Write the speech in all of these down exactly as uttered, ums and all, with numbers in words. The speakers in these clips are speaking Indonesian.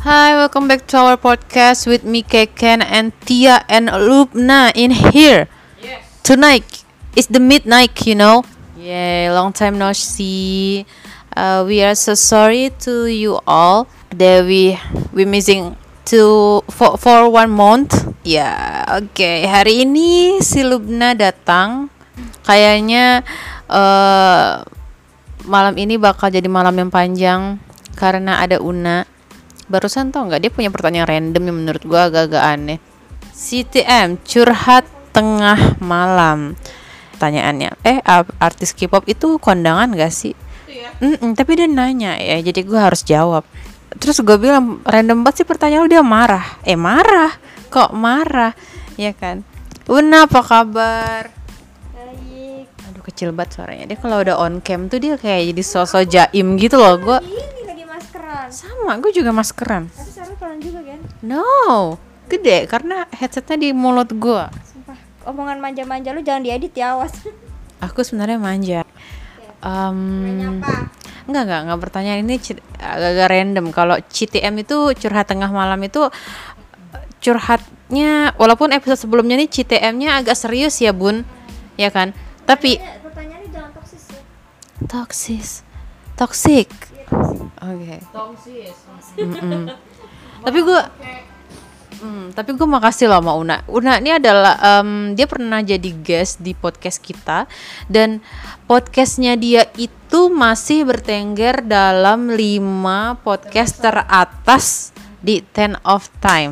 Hi, welcome back to our podcast with me, Keken, and Tia and Lubna in here. Yes. Tonight is the midnight, you know. Yeah, long time no see. Uh, we are so sorry to you all that we we missing to for for one month. Ya, yeah, oke. Okay. Hari ini si Lubna datang. Kayaknya uh, malam ini bakal jadi malam yang panjang karena ada Una. Barusan tau nggak, dia punya pertanyaan random yang menurut gue agak-agak aneh. C T M curhat tengah malam. Pertanyaannya, eh artis K-pop itu kondangan gak sih? Iya. Tapi dia nanya ya, jadi gue harus jawab. Terus gue bilang, random banget sih pertanyaan lu. Dia marah. Eh marah? Kok marah? Ya kan. Una, apa kabar? Baik. Aduh, kecil banget suaranya. Dia kalau udah on cam tuh dia kayak jadi sosok jaim gitu loh. Gue Ini lagi maskeran. sama, gue juga maskeran. Tapi sekarang pelan juga kan? No, gede karena headsetnya di mulut gue. Sumpah. Omongan manja-manja lu jangan diedit ya, awas. Aku sebenarnya manja. Um, Apa? enggak enggak enggak pertanyaan ini cer- agak-agak random. Kalau C T M itu curhat tengah malam itu curhatnya, walaupun episode sebelumnya nih C T M-nya agak serius ya Bun, ya kan? Tapi Pertanyaannya jangan toksis ya. toksis, toxic. Oke. Toksis. Tapi gue Hmm, tapi gue makasih loh sama Una. Una ini adalah um, dia pernah jadi guest di podcast kita, dan podcastnya dia itu masih bertengger dalam lima podcast teratas di Ten of Time.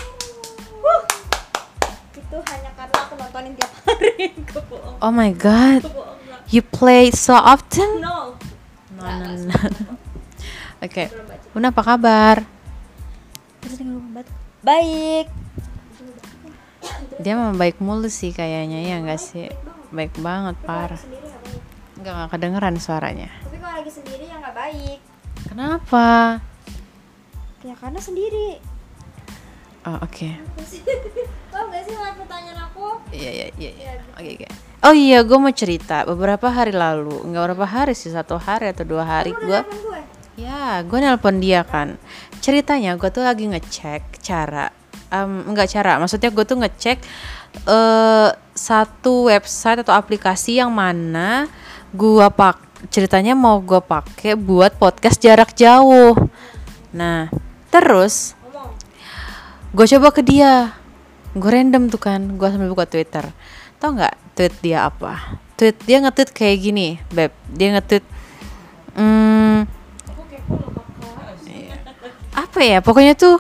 Itu hanya karena aku nontonin tiap hari. Gue bohong. Oh my god, Gue bohong enggak. you play so often? No. No, no, no. Oke, Una apa kabar? Baik. Dia mah baik mulu sih kayaknya, ya nggak sih? Baik banget, parah. Sendiri nggak baik. Nggak nggak kedengeran suaranya. Tapi kalau lagi sendiri ya nggak baik. Kenapa? Ya karena sendiri. Oh, oke. Tahu nggak sih lihat pertanyaan aku? Iya iya iya. iya. Oke oke. Oh iya, gue mau cerita. Beberapa hari lalu, nggak berapa hari sih, satu hari atau dua hari, Kamu gue, udah nelfon gue? ya, gue nelpon dia kan. Ceritanya gue tuh lagi ngecek cara, um, nggak cara, maksudnya gue tuh ngecek uh, satu website atau aplikasi yang mana gue pak, ceritanya mau gue pakai buat podcast jarak jauh. Nah, terus Ngomong. gue coba ke dia, gue random tuh kan, gue sambil buka Twitter. Tau nggak tweet dia apa? Tweet dia nge-tweet kayak gini, Beb. Dia nge-tweet, hmm, apa ya? Pokoknya tuh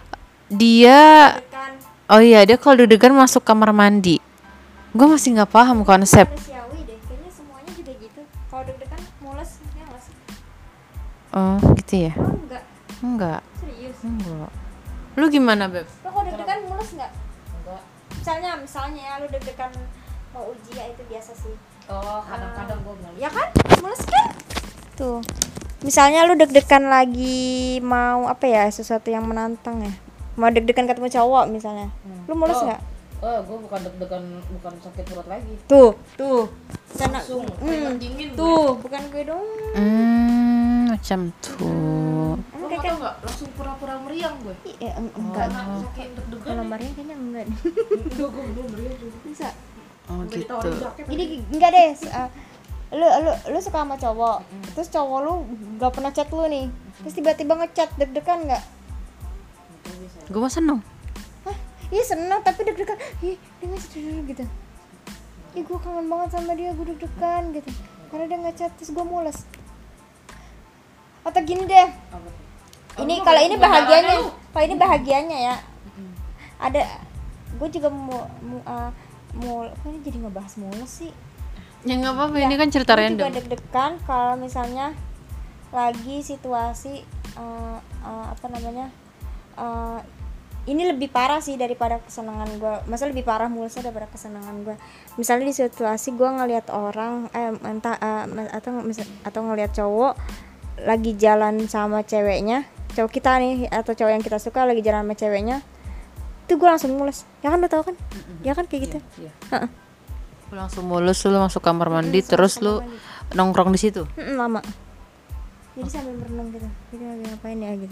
dia, Kan oh iya, dia kalau deg-degan masuk kamar mandi. Gue masih nggak paham konsep. manusiawi deh, kayaknya semuanya juga gitu. Kalau deg-degan mules ya nggak sih? Oh, gitu ya? Oh enggak, Enggak, serius. enggak. Lu gimana, Beb? Lo kalau deg-degan mules nggak? Enggak. Misalnya, misalnya ya lu deg-degan mau uji ya itu biasa sih. Oh, kadang-kadang gue mules. Ya kan? Mules kan? Tuh. Misalnya lu deg-degan lagi mau apa ya, sesuatu yang menantang ya. Mau deg-degan ketemu cowok misalnya. Hmm. Lu mules Oh. nggak? Oh, gue bukan deg-degan, bukan sakit perut lagi. Tuh, tuh. Karena Langsung hmm, keringat dingin gue. tuh, bukan gue dong. Hmm, macam tuh. Lo Kayak tau gak? Langsung pura-pura meriang gue. Iya, en- enggak. Karena saking deg-degan. Kalau Maria kayaknya enggak deh. Enggak, gue belum meriang tuh. Bisa. Oh, Udah gitu. ditawarin jaket. Jadi enggak deh. uh, lu lu lu suka sama cowok. Terus cowok lu enggak pernah chat lu nih. Terus tiba-tiba ngechat, deg-degan enggak? Gue mah seneng. Hah? Iya seneng tapi deg-degan. Ih, dia ngechat dulu gitu. Ih, gue kangen banget sama dia, gue deg-degan gitu. Karena dia ngechat terus gue mules. Atau gini deh. Apa tuh? Ini Oh, kalau lu ini gua bahagianya, darahnya lu. kalau ini bahagianya ya. Ada gue juga mau mau uh, mau kok ini jadi ngebahas mules sih. Ya nggak apa-apa, Ya, ini kan cerita gue random. juga deg-degan kalau misalnya lagi situasi uh, uh, apa namanya uh, ini lebih parah sih daripada kesenangan gue. Masa lebih parah mulusnya daripada kesenangan gue. Misalnya di situasi gue ngelihat orang eh entah uh, atau atau ngelihat cowok lagi jalan sama ceweknya, cowok kita nih atau cowok yang kita suka lagi jalan sama ceweknya, itu gue langsung mules. Ya kan, lo tau kan? Ya kan kayak gitu. Iya. Heeh. Lu langsung mulus, lu masuk kamar mandi, Mm, terus sama lu kamar nongkrong di situ. Mm-mm, lama. Jadi sambil merenung gitu. Jadi lagi ngapain ya gitu.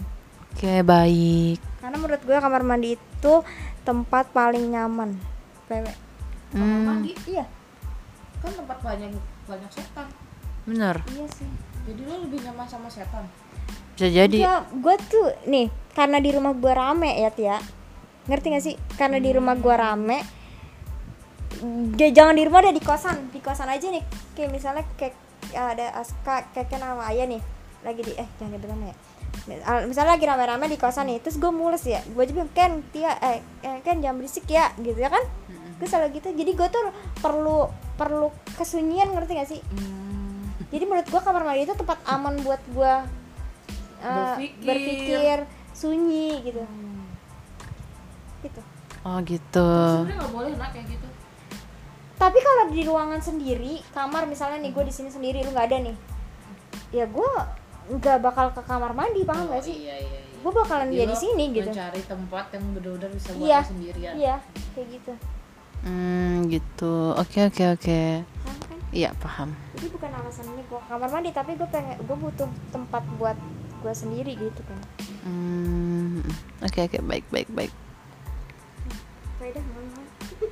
Oke, baik. Karena menurut gue kamar mandi itu tempat paling nyaman. P W. Kamar Hmm, mandi Iya, kan tempat banyak banyak setan. bener. iya sih. Jadi lo lebih nyaman sama setan. Bisa jadi. Ya, gue tuh nih karena di rumah gue rame ya Tia. Ngerti gak sih? Karena di rumah gue rame. Dia jangan di rumah deh, di kosan. Di kosan aja nih. Kayak misalnya kayak ada Aska, kayak nama Ayah nih. Lagi di eh jangan dibilang ya. Misalnya lagi rame-rame di kosan nih, terus gue mules ya. Gue aja bilang, "Ken, Tia, eh eh, Ken jangan berisik ya." Gitu ya kan? Gue selalu gitu. Jadi gue tuh perlu perlu kesunyian, ngerti gak sih? Jadi menurut gue kamar mandi itu tempat aman buat gue uh, Berpikir. berpikir, sunyi gitu. Gitu. Oh gitu. Sebenarnya nggak boleh nak kayak gitu. Tapi kalau di ruangan sendiri, kamar misalnya nih gue di sini sendiri, lu nggak ada nih, ya gue nggak bakal ke kamar mandi, paham nggak sih? Iya iya. iya. Gue bakalan Jadi dia lo di sini gitu. Mencari tempat yang benar-benar bisa buat Iya, lo sendirian. iya, kayak gitu. Hmm, gitu. Oke, oke, oke. Paham kan? Iya, paham. Jadi bukan alasannya gue ke kamar mandi, tapi gue pengen, gue butuh tempat buat gue sendiri gitu kan. Hmm, oke, oke, baik, baik, baik. Faedah mohon.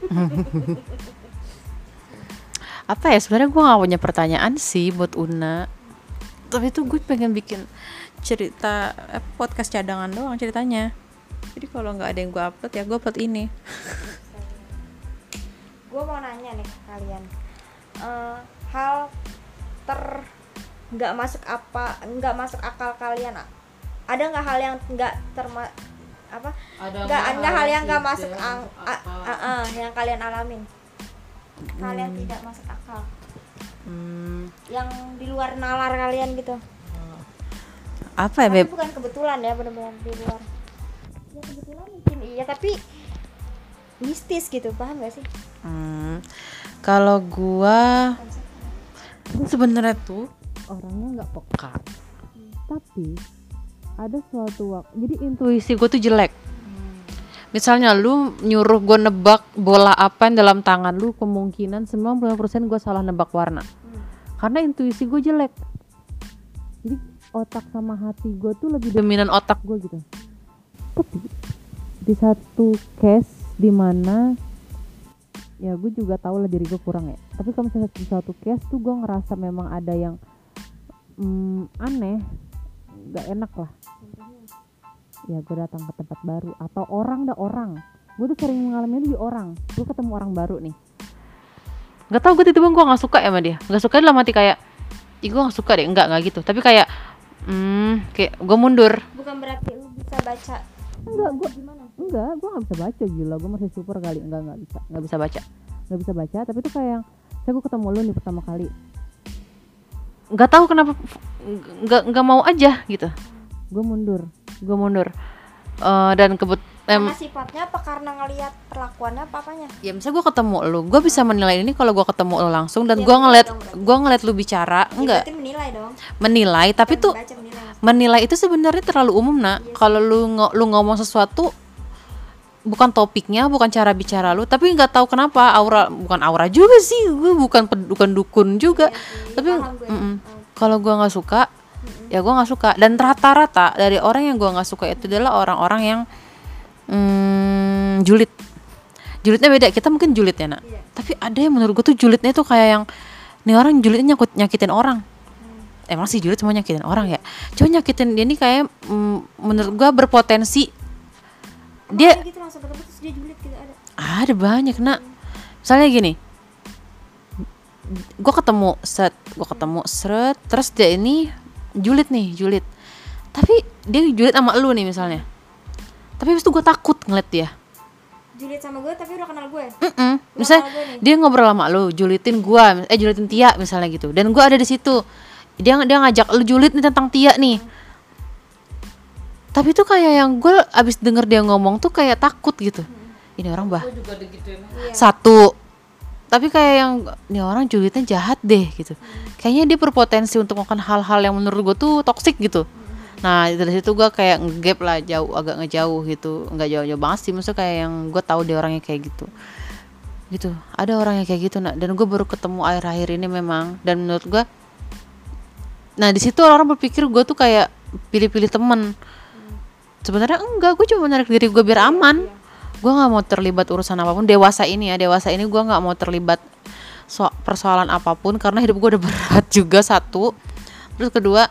Apa ya, sebenarnya gue gak punya pertanyaan sih buat Una, tapi tuh gue pengen bikin cerita eh, podcast cadangan doang ceritanya. Jadi kalau nggak ada yang gue upload ya gue upload ini. Gue mau nanya nih ke kalian, Eh, hal ter nggak masuk apa nggak masuk akal kalian, ada nggak hal yang nggak terma apa Ada nggak nggak hal yang nggak tidak masuk ang, masuk a- akal? a- a- yang kalian alamin, hal yang tidak masuk akal, Hmm, yang di luar nalar kalian gitu. apa ya, Tapi Beb? bukan kebetulan ya, benar-benar di luar. Ya kebetulan mungkin iya, tapi mistis gitu, paham gak sih? Hmm, kalau gua sebenarnya tuh orangnya nggak peka, tapi ada suatu waktu jadi intuisi gue tuh jelek. Misalnya lu nyuruh gue nebak bola apa yang dalam tangan lu, kemungkinan sembilan puluh persen gue salah nebak warna, karena intuisi gue jelek. Jadi otak sama hati gue tuh lebih dominan otak gue gitu. Tapi di satu case dimana ya gue juga tahu lah diri gue kurang ya, tapi kalau misalnya di suatu case tuh gue ngerasa memang ada yang mm, aneh, nggak enak lah. Ya gue datang ke tempat baru atau orang dah orang, gue tuh sering mengalami itu di orang. Gue ketemu orang baru nih, nggak tahu gue tiba-tiba gue nggak suka ya sama dia, nggak suka dalam hati kayak, ih gue nggak suka deh, enggak nggak gitu, tapi kayak, hmm, kayak gue mundur. Bukan berarti lu bisa baca. Enggak, gue Gimana? enggak, gue nggak bisa baca, gila, gue masih super kali, enggak nggak bisa, nggak bisa baca, nggak bisa baca. Tapi tuh kayak yang, saya gue ketemu lu nih pertama kali, nggak tahu kenapa, nggak nggak mau aja gitu, gue mundur, gue mundur. Eh, dan kebut em, Karena sifatnya apa karena ngelihat perlakuannya apa apanya? ya misalnya gue ketemu lu, gue bisa menilai ini kalau gue ketemu lu langsung dan Ya, gue betul ngeliat dong, berarti. gue ngeliat lu bicara, Ya, enggak berarti menilai dong. menilai, tapi Bukan tuh baca, menilai. menilai itu sebenarnya terlalu umum nak. Iya sih. Kalau lu ngo- lu ngomong sesuatu bukan topiknya, bukan cara bicara lu, tapi nggak tahu kenapa aura, bukan aura juga sih, gue bukan ped- bukan dukun juga, Iya sih, tapi paham gue. mm-mm. Oh. Kalau gue nggak suka, ya gue nggak suka. Dan rata-rata dari orang yang gue nggak suka itu adalah orang-orang yang mm, julid. Julidnya beda, kita mungkin julid ya nak, Iya. tapi ada yang menurut gue tuh julidnya tuh kayak yang, nih orang julidnya nyakut nyakitin orang. Emang sih julid semua nyakitin orang ya, cuma nyakitin dia nih kayak mm, menurut gue berpotensi. Emang Dia ada gitu langsung ketemu terus dia julid gitu, ada. ada banyak nak. Misalnya gini, gue ketemu set, gue ketemu seret, terus dia ini julid nih, julid. Tapi dia julid sama lu nih misalnya. Tapi habis itu gue takut ngeliat dia. Julid sama gue tapi udah kenal gue. Mm-mm. Udah Misalnya kenal gue nih. dia ngobrol sama lu, julidin gue, eh julidin Tia misalnya gitu. Dan gue ada di situ. Dia dia ngajak lu julid nih tentang Tia nih. Tapi tuh kayak yang gue abis denger dia ngomong tuh kayak takut gitu. Ini orang bah Gue juga ada gitu emang. Iya. satu. Tapi kayak yang ini orang julidnya jahat deh gitu. Kayaknya dia berpotensi untuk melakukan hal-hal yang menurut gue tuh toksik gitu. Nah dari situ gue kayak nge-gap lah, jauh, agak ngejauh gitu. Nggak jauh-jauh banget sih, maksudnya kayak yang gue tahu dia orangnya kayak gitu. Gitu. Ada orang yang kayak gitu nak. Dan gue baru ketemu akhir-akhir ini memang. Dan menurut gue, nah di situ orang berpikir gue tuh kayak pilih-pilih temen. sebenarnya enggak, gue cuma menarik diri gue biar aman. Gue nggak mau terlibat urusan apapun dewasa ini ya, dewasa ini gue nggak mau terlibat so persoalan apapun karena hidup gue udah berat juga satu. Terus kedua,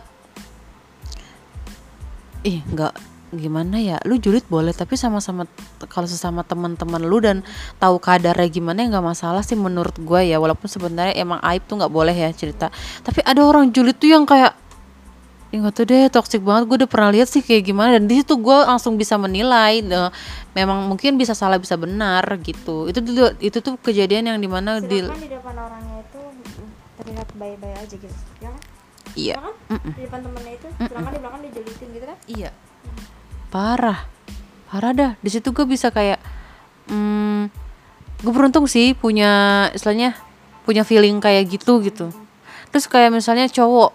ih nggak, gimana ya, lu julid boleh tapi sama-sama kalau sesama teman-teman lu dan tahu kadarnya gimana ya nggak masalah sih menurut gue ya, walaupun sebenarnya emang aib tuh nggak boleh ya cerita. Tapi ada orang julid tuh yang kayak, ya nggak tahu deh, toxic banget. Gue udah pernah lihat sih kayak gimana, dan di situ gue langsung bisa menilai, nah, memang mungkin bisa salah bisa benar gitu. Itu dulu, itu tuh kejadian yang dimana di sedangkan di depan orangnya itu terlihat baik-baik aja gitu ya kan, iya ya kan? Mm-mm. Di depan temennya itu sedangkan di belakang dia julitin gitu kan. iya parah parah dah. Di situ gue bisa kayak, hmm, gue beruntung sih punya istilahnya punya feeling kayak gitu gitu. Terus kayak misalnya cowok,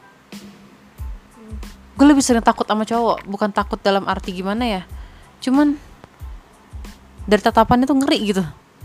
gue lebih sering takut sama cowok, bukan takut dalam arti gimana ya, cuman dari tatapannya tuh ngeri gitu.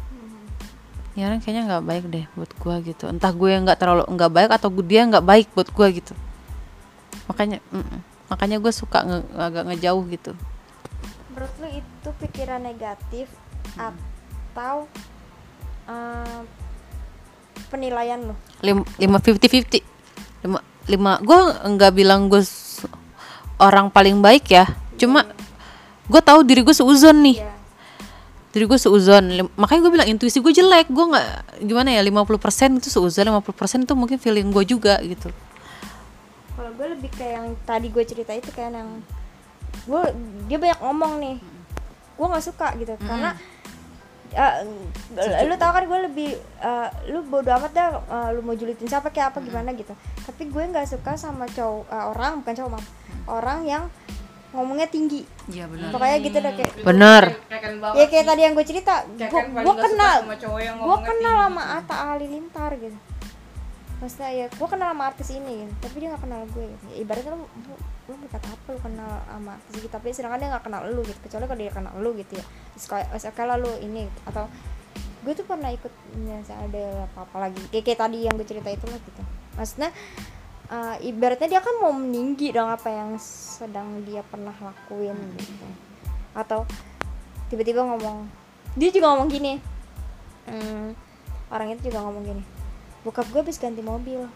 Ya orang kayaknya nggak baik deh buat gue gitu, entah gue yang nggak terlalu nggak baik atau dia nggak baik buat gue gitu. Makanya mm-mm. makanya gue suka nge, agak ngejauh gitu. Menurut lu itu pikiran negatif atau uh, penilaian lu? Lim, lima fifty fifty lima lima gue nggak bilang gue s- orang paling baik ya, cuma gue tahu diri gue seuzon nih. Ya. Diri gue seuzon, Lim- makanya gue bilang intuisi gue jelek. Gue nggak, gimana ya, lima puluh persen itu seuzon, lima puluh persen itu mungkin feeling gue juga gitu. Kalau gue lebih kayak yang tadi gue cerita itu, kayak yang gue dia banyak ngomong nih, gue nggak suka gitu karena uh, lu tau kan gue lebih uh, lu bodo amat dah, uh, lu mau julitin siapa kayak apa gimana gitu. Tapi gue nggak suka sama cowok, uh, orang bukan cowok maaf, orang yang ngomongnya tinggi. Iya benar. Pokoknya gitu deh kayak. Bener. Ya kayak tadi yang gue cerita, gue Keken paling gue gak suka kenal, sama cowok yang gue ngomongnya kenal tinggi. sama Atta Halilintar gitu. Maksudnya ya gue kenal sama artis ini gitu, tapi dia nggak kenal gue gitu. Ya, ibaratnya lu, lu, lu berkata apa lu kenal sama artis gitu, tapi sedangkan dia nggak kenal lu gitu, kecuali kalau dia kenal lu gitu ya. Terus kayak sekali lu ini gitu. Atau gue tuh pernah ikut misalnya ada apa-apa lagi kayak, kayak tadi yang gue cerita itu lah gitu. Maksudnya uh, ibaratnya dia kan mau meninggi dong apa yang sedang dia pernah lakuin gitu. Atau tiba-tiba ngomong, dia juga ngomong gini, hmm, orang itu juga ngomong gini, bokap gue habis ganti mobil.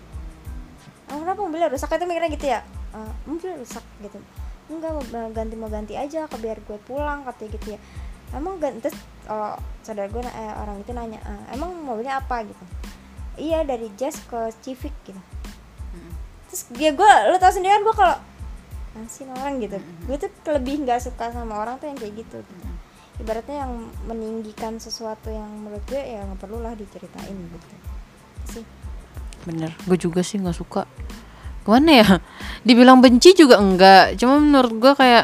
Ah, kenapa mobilnya rusak? Itu mikirnya gitu ya, uh, mobil rusak gitu. Enggak, mau ganti mau ganti aja, ke biar gue pulang katanya gitu ya. Emang ganti, terus oh, saudara gue eh, orang itu nanya, ah, emang mobilnya apa gitu? Iya dari Jazz ke Civic gitu. Terus dia gue, lo tau sendiri kan gue kalau ngasih orang gitu, gue tuh lebih nggak suka sama orang tuh yang kayak gitu, gitu. Ibaratnya yang meninggikan sesuatu yang menurut gue ya nggak perlu lah diceritain gitu sih. Bener, gue juga sih nggak suka. Gimana ya? Dibilang benci juga enggak. Cuma menurut gue kayak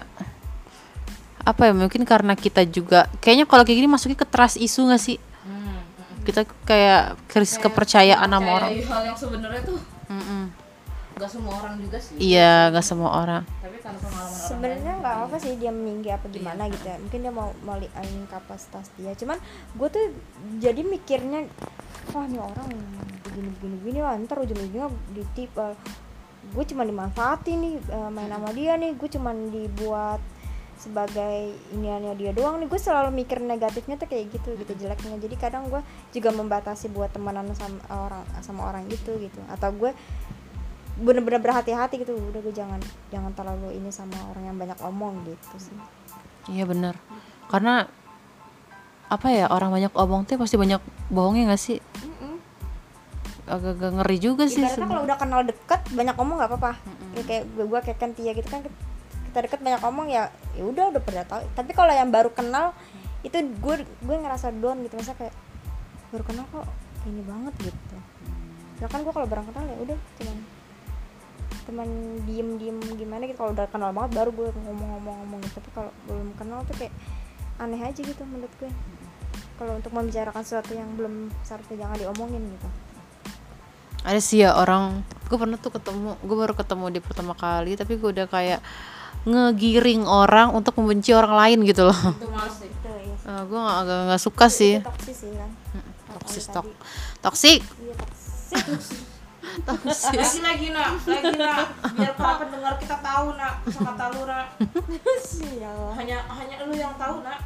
apa ya? Mungkin karena kita juga kayaknya kalau kayak gini masuknya ke trust issue nggak sih? Hmm. Kita kayak krisis kepercayaan sama orang. Percaya hal yang sebenarnya tuh Mm-mm. gak semua orang juga sih. Iya, nggak semua orang. Tapi karena pengalaman orang Sebenarnya lain, nggak apa sih dia meninggi apa gimana gitu ya, mungkin dia mau melihat kapasitas dia, cuman gue tuh jadi mikirnya, wah ini orang begini begini begini lah, ntar ujung-ujungnya ditip, uh, gue cuma dimanfaatin nih, uh, main sama dia nih, gue cuma dibuat sebagai iniannya dia doang nih. Gue selalu mikir negatifnya tuh kayak gitu gitu, jeleknya. Jadi kadang gue juga membatasi buat temenan sama orang sama orang gitu gitu, atau gue bener-bener berhati-hati gitu, udah gue jangan jangan terlalu ini sama orang yang banyak omong gitu sih. Iya benar. Karena apa ya, orang banyak omong tuh pasti banyak bohongnya nggak sih? Agak-agak ngeri juga sih. Ibaratnya kalau udah kenal deket banyak omong nggak apa-apa. Ya, kayak gue gue kayak kan Tia gitu kan, kita deket banyak omong ya ya udah udah pada tahu. Tapi kalau yang baru kenal itu gue gue ngerasa down gitu, masa kayak baru kenal kok ini banget gitu. Ya kan gue kalau barang kenal ya udah cuman teman diem-diem gimana gitu. Kalau udah kenal banget baru gue ngomong-ngomong-ngomong gitu. Tapi kalau belum kenal tuh kayak aneh aja gitu menurut gue. Kalau untuk membicarakan sesuatu yang belum seharusnya jangan diomongin gitu. Ada sih ya orang, gue pernah tuh ketemu, gue baru ketemu dia pertama kali, tapi gue udah kayak ngegiring orang untuk membenci orang lain gitu loh. itu males sih. Itu ya. Uh, gue gak, agak nggak suka sih. Itu toksis sih kan. Toksis, Tadi. tok, toksik. Iya toksis. lagi lagi nak lagi nak biar para pendengar kita tahu nak kata lu nak Sial. hanya hanya lu yang tahu nak.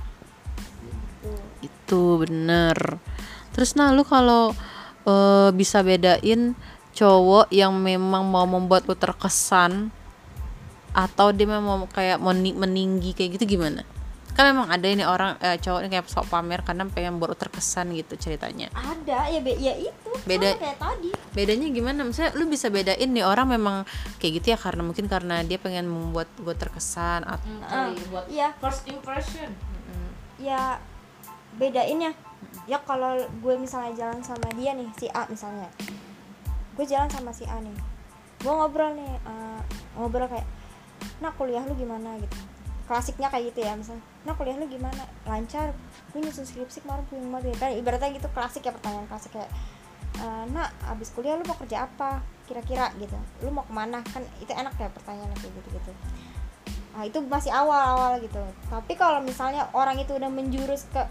Itu bener. Terus nah lu kalau eh, bisa bedain cowok yang memang mau membuat lu terkesan atau dia memang kayak mau ni- meninggi kayak gitu gimana? Kan memang ada ini orang eh, cowok ini kayak sok pamer karena pengen buat lu terkesan gitu ceritanya. Ada ya, be ya itu Beda- sama kayak tadi. Bedanya gimana? Misalnya lu bisa bedain nih orang memang kayak gitu ya karena mungkin karena dia pengen membuat gue terkesan atau Ah, buat iya. first impression. Ya bedainnya ya kalau gue misalnya jalan sama dia nih, si A misalnya, gue jalan sama si A nih, gue ngobrol nih, uh, ngobrol kayak, nah kuliah lu gimana gitu, klasiknya kayak gitu ya, misalnya, nah kuliah lu gimana, lancar, gue nyusun skripsi kemarin punya banget, kan ibaratnya gitu, klasik ya, pertanyaan klasik kayak, uh, nah abis kuliah lu mau kerja apa kira-kira gitu, lu mau kemana, kan itu enak ya pertanyaan kayak gitu-gitu. Nah itu masih awal-awal gitu. Tapi kalau misalnya orang itu udah menjurus ke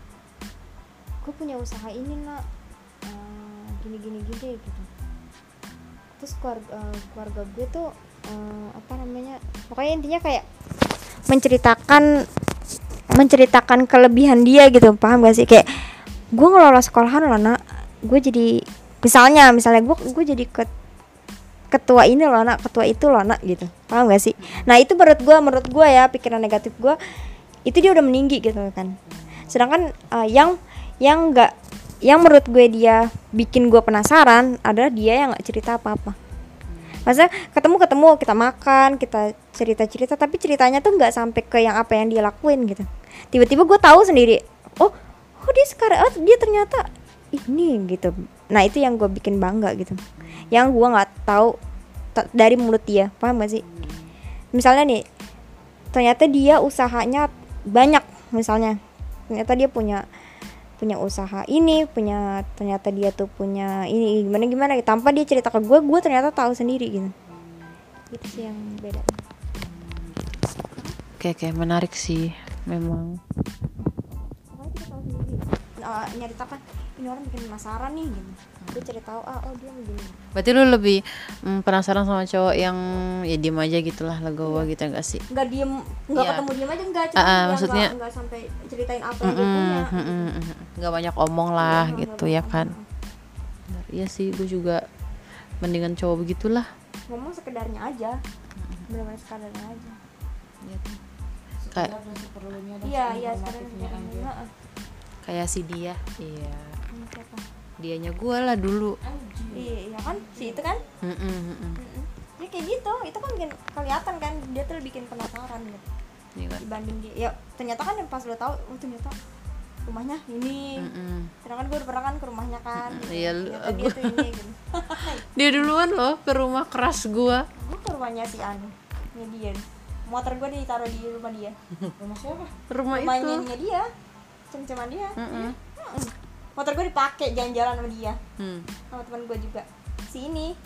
gue punya usaha ini nak, uh, gini gini gini gitu. Terus keluarga, uh, keluarga gue tuh uh, apa namanya? Pokoknya intinya kayak menceritakan menceritakan kelebihan dia gitu, paham gak sih? Kayak gue ngelola sekolahan loh nak, gue jadi misalnya misalnya gue gue jadi ke ketua ini loh nak, ketua itu loh nak gitu, paham gak sih? Nah itu menurut gue, menurut gue ya pikiran negatif gue itu dia udah meninggi gitu kan. Sedangkan uh, yang yang nggak, yang menurut gue dia bikin gue penasaran adalah dia yang nggak cerita apa-apa. Maksudnya ketemu ketemu kita makan, kita cerita cerita, tapi ceritanya tuh nggak sampai ke yang apa yang dia lakuin gitu. Tiba-tiba gue tahu sendiri, oh, oh dia sekarang, oh, dia ternyata ini gitu. Nah itu yang gue bikin bangga gitu, yang gue nggak tahu t- dari mulut dia, paham gak sih? Misalnya nih, ternyata dia usahanya banyak, misalnya ternyata dia punya punya usaha ini, punya ternyata dia tuh punya ini gimana gimana, tanpa dia cerita ke gue, gue ternyata tahu sendiri gitu. Itu sih yang beda. Oke oke menarik sih memang. Pokoknya kita tahu sendiri. Uh, nyeritakan ini orang bikin penasaran nih gitu. Dia cerita tahu ah oh dia begini. Berarti lu lebih mm, penasaran sama cowok yang ya diem aja gitulah, legowo gitu enggak sih? Nggak diem, nggak Iya. ketemu diem aja enggak, cuma Ah, ah, dia maksudnya- nggak, nggak sampai ceritain apa yang dia punya. Mm, mm, mm, mm. Nggak banyak omong lah Iya, gitu nggak ya banyak kan. omong. Benar, iya sih gue juga mendingan cowok begitulah. Ngomong sekedarnya aja, benar-benar sekedarnya aja. Iya tuh. Sekedar Kayak dan seperlunya dan Iya iya seinformatifnya sekedarnya. aja. Heeh. kayak si dia. Iya. Ini siapa? Dianya gue lah dulu. Anjir. Iya, iya kan, si itu kan. Mm, mm, mm, mm. Mm-mm. Ya kayak gitu, itu kan bikin kelihatan kan dia tuh bikin penasaran gitu. Iya kan. Dibanding dia, ya ternyata kan yang pas udah tahu, oh ternyata rumahnya ini. Mm, mm. Sedangkan gue udah pernah kan ke rumahnya kan. Gitu. Iya, lu- Ternyata dia tuh ini gitu. Dia duluan loh ke rumah keras gue. Gue ke rumahnya si Anu, nya dia. Motor gue ditaruh di rumah dia. Rumah siapa? Rumah Rumahnya itu. nya dia, cem-ceman dia. Mm-mm. Mm-mm. Motor gue dipakai jalan-jalan sama dia, Hmm. sama teman gue juga. Si ini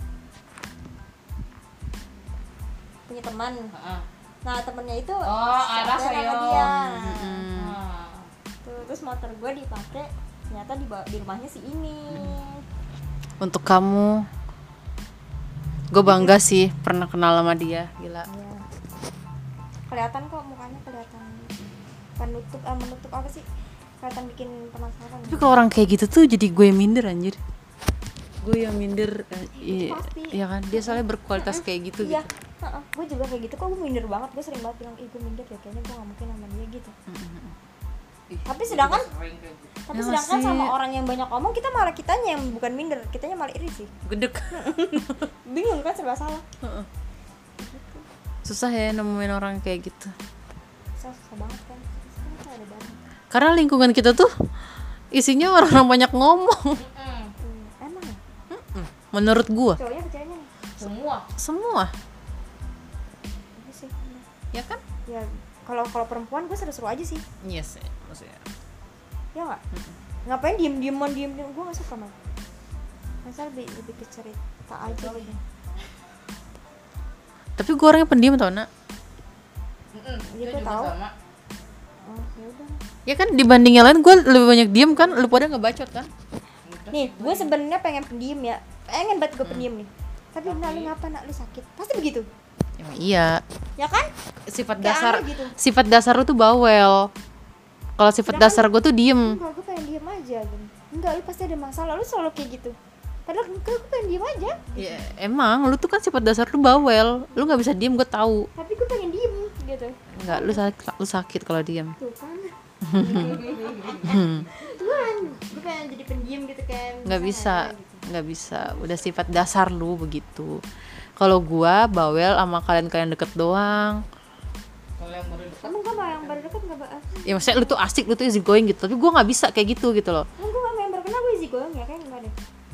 punya teman. Heeh. Nah temennya itu Oh, ada sama saya. dia. Mm-mm. Nah, Tuh, terus motor gue dipakai ternyata di ba- di rumahnya si ini. Untuk kamu, gue bangga sih pernah kenal sama dia, gila. Iya. Kelihatan kok mukanya, kelihatan penutup eh, menutup apa sih? Kelihatan bikin penasaran. Tapi kalau orang kayak gitu tuh jadi gue yang minder anjir. Gue yang minder, eh, iya, pasti. iya kan? Dia soalnya berkualitas kayak gitu Iya, gitu. heeh. Gue juga kayak gitu kok, gue minder banget. Gue sering banget bilang, ih gue minder ya, kayaknya gue gak mungkin sama dia gitu. ih, Tapi gua sedangkan juga sering kayak gitu. Tapi Ya sedangkan sih. sama orang yang banyak omong, kita malah kitanya yang bukan minder, kitanya malah iri sih. Gedek. Bingung kan, serba salah. Susah ya nemuin orang kayak gitu. Susah, susah banget kan. Sekarang kan ada barang. Karena lingkungan kita tuh isinya orang-orang banyak ngomong. Mm-mm. Hmm, emang ya? Menurut gue, Cowoknya ke ceweknya nih? Semua. semua, Iya sih, bener. ya kan? Ya kalau kalau perempuan gue seru-seru aja sih. Iya sih, maksudnya. Ya nggak? Ngapain diem-dieman diem-diem, gue nggak suka mah. Masa lebih lebih ke cerita aja gitu. Tapi gue orangnya pendiam tau nak. Mm-mm. Iya, Gua gua juga tahu. sama. Oh ya udah. Ya kan dibanding yang lain gue lebih banyak diem kan, lu pada ngebacot kan? Nih, gue sebenarnya pengen pendiam ya. pengen banget gue pendiam nih. Tapi nak lu ngapa, nak lu sakit? Pasti begitu. Emang iya. Ya kan? Sifat Kayak dasar aneh gitu. sifat dasar lu tuh bawel. Kalau sifat Sedangkan- dasar gue tuh diem. Enggak, gue pengen diem aja gitu. Enggak, lu pasti ada masalah, lu selalu kayak gitu. Padahal enggak, gue pengen diem aja. Ya, emang lu tuh kan sifat dasar lu bawel. Lu nggak bisa diem, gue tahu. Tapi gue pengen diem gitu. Enggak, lu sakit, lu sakit kalau diem. Tuh kan. Tuhan, gue pengen jadi pendiam gitu kan. Nggak bisa, Gitu. nggak bisa. Udah sifat dasar lu begitu. Kalau gua bawel sama kalian-kalian deket doang. Kalau yang baru dekat Emang gue sama yang baru deket gak bahas? Ya maksudnya lu tuh asik, lu tuh easy going gitu. Tapi gua nggak bisa kayak gitu gitu loh. Emang gue sama yang baru kenal gue easy going ya kan? Enggak deh.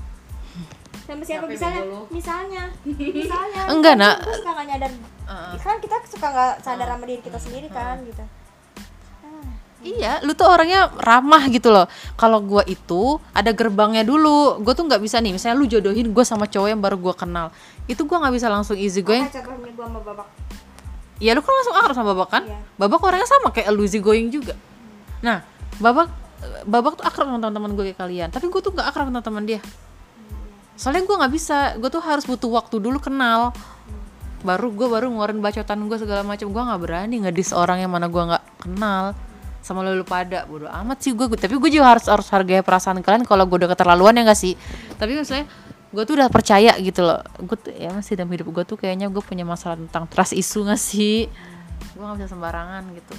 Sama siapa Siapa misalnya, yang dulu? misalnya, misalnya. Enggak, kan Nak. Gue suka gak nyadar. Uh-uh. Kan kita suka gak sadar sama diri kita sendiri kan gitu. Ah, Iya, lu tuh orangnya ramah gitu loh. Kalau gua itu ada gerbangnya dulu. Gua tuh nggak bisa nih, misalnya lu jodohin gua sama cowok yang baru gua kenal. Itu gua nggak bisa langsung easy going. Apa contohnya gue sama babak? Ya lu kan langsung akrab sama Babak kan? Iya. Babak orangnya sama kayak lu easy going juga. Nah, Babak Babak tuh akrab sama teman-teman gue kayak kalian. Tapi gue tuh nggak akrab sama teman dia. Soalnya gue nggak bisa. Gue tuh harus butuh waktu dulu kenal. Baru gue baru ngeluarin bacotan gue segala macam. Gue nggak berani ngedis orang yang mana gue nggak kenal. Sama lu, lu pada bodo amat sih gue. Tapi gue juga harus harus hargai perasaan kalian. Kalau gue udah keterlaluan ya nggak sih. Tapi misalnya gue tuh udah percaya gitu loh. Gue tuh ya masih dalam hidup gue tuh kayaknya gue punya masalah tentang trust issue nggak sih. Gue nggak bisa sembarangan gitu.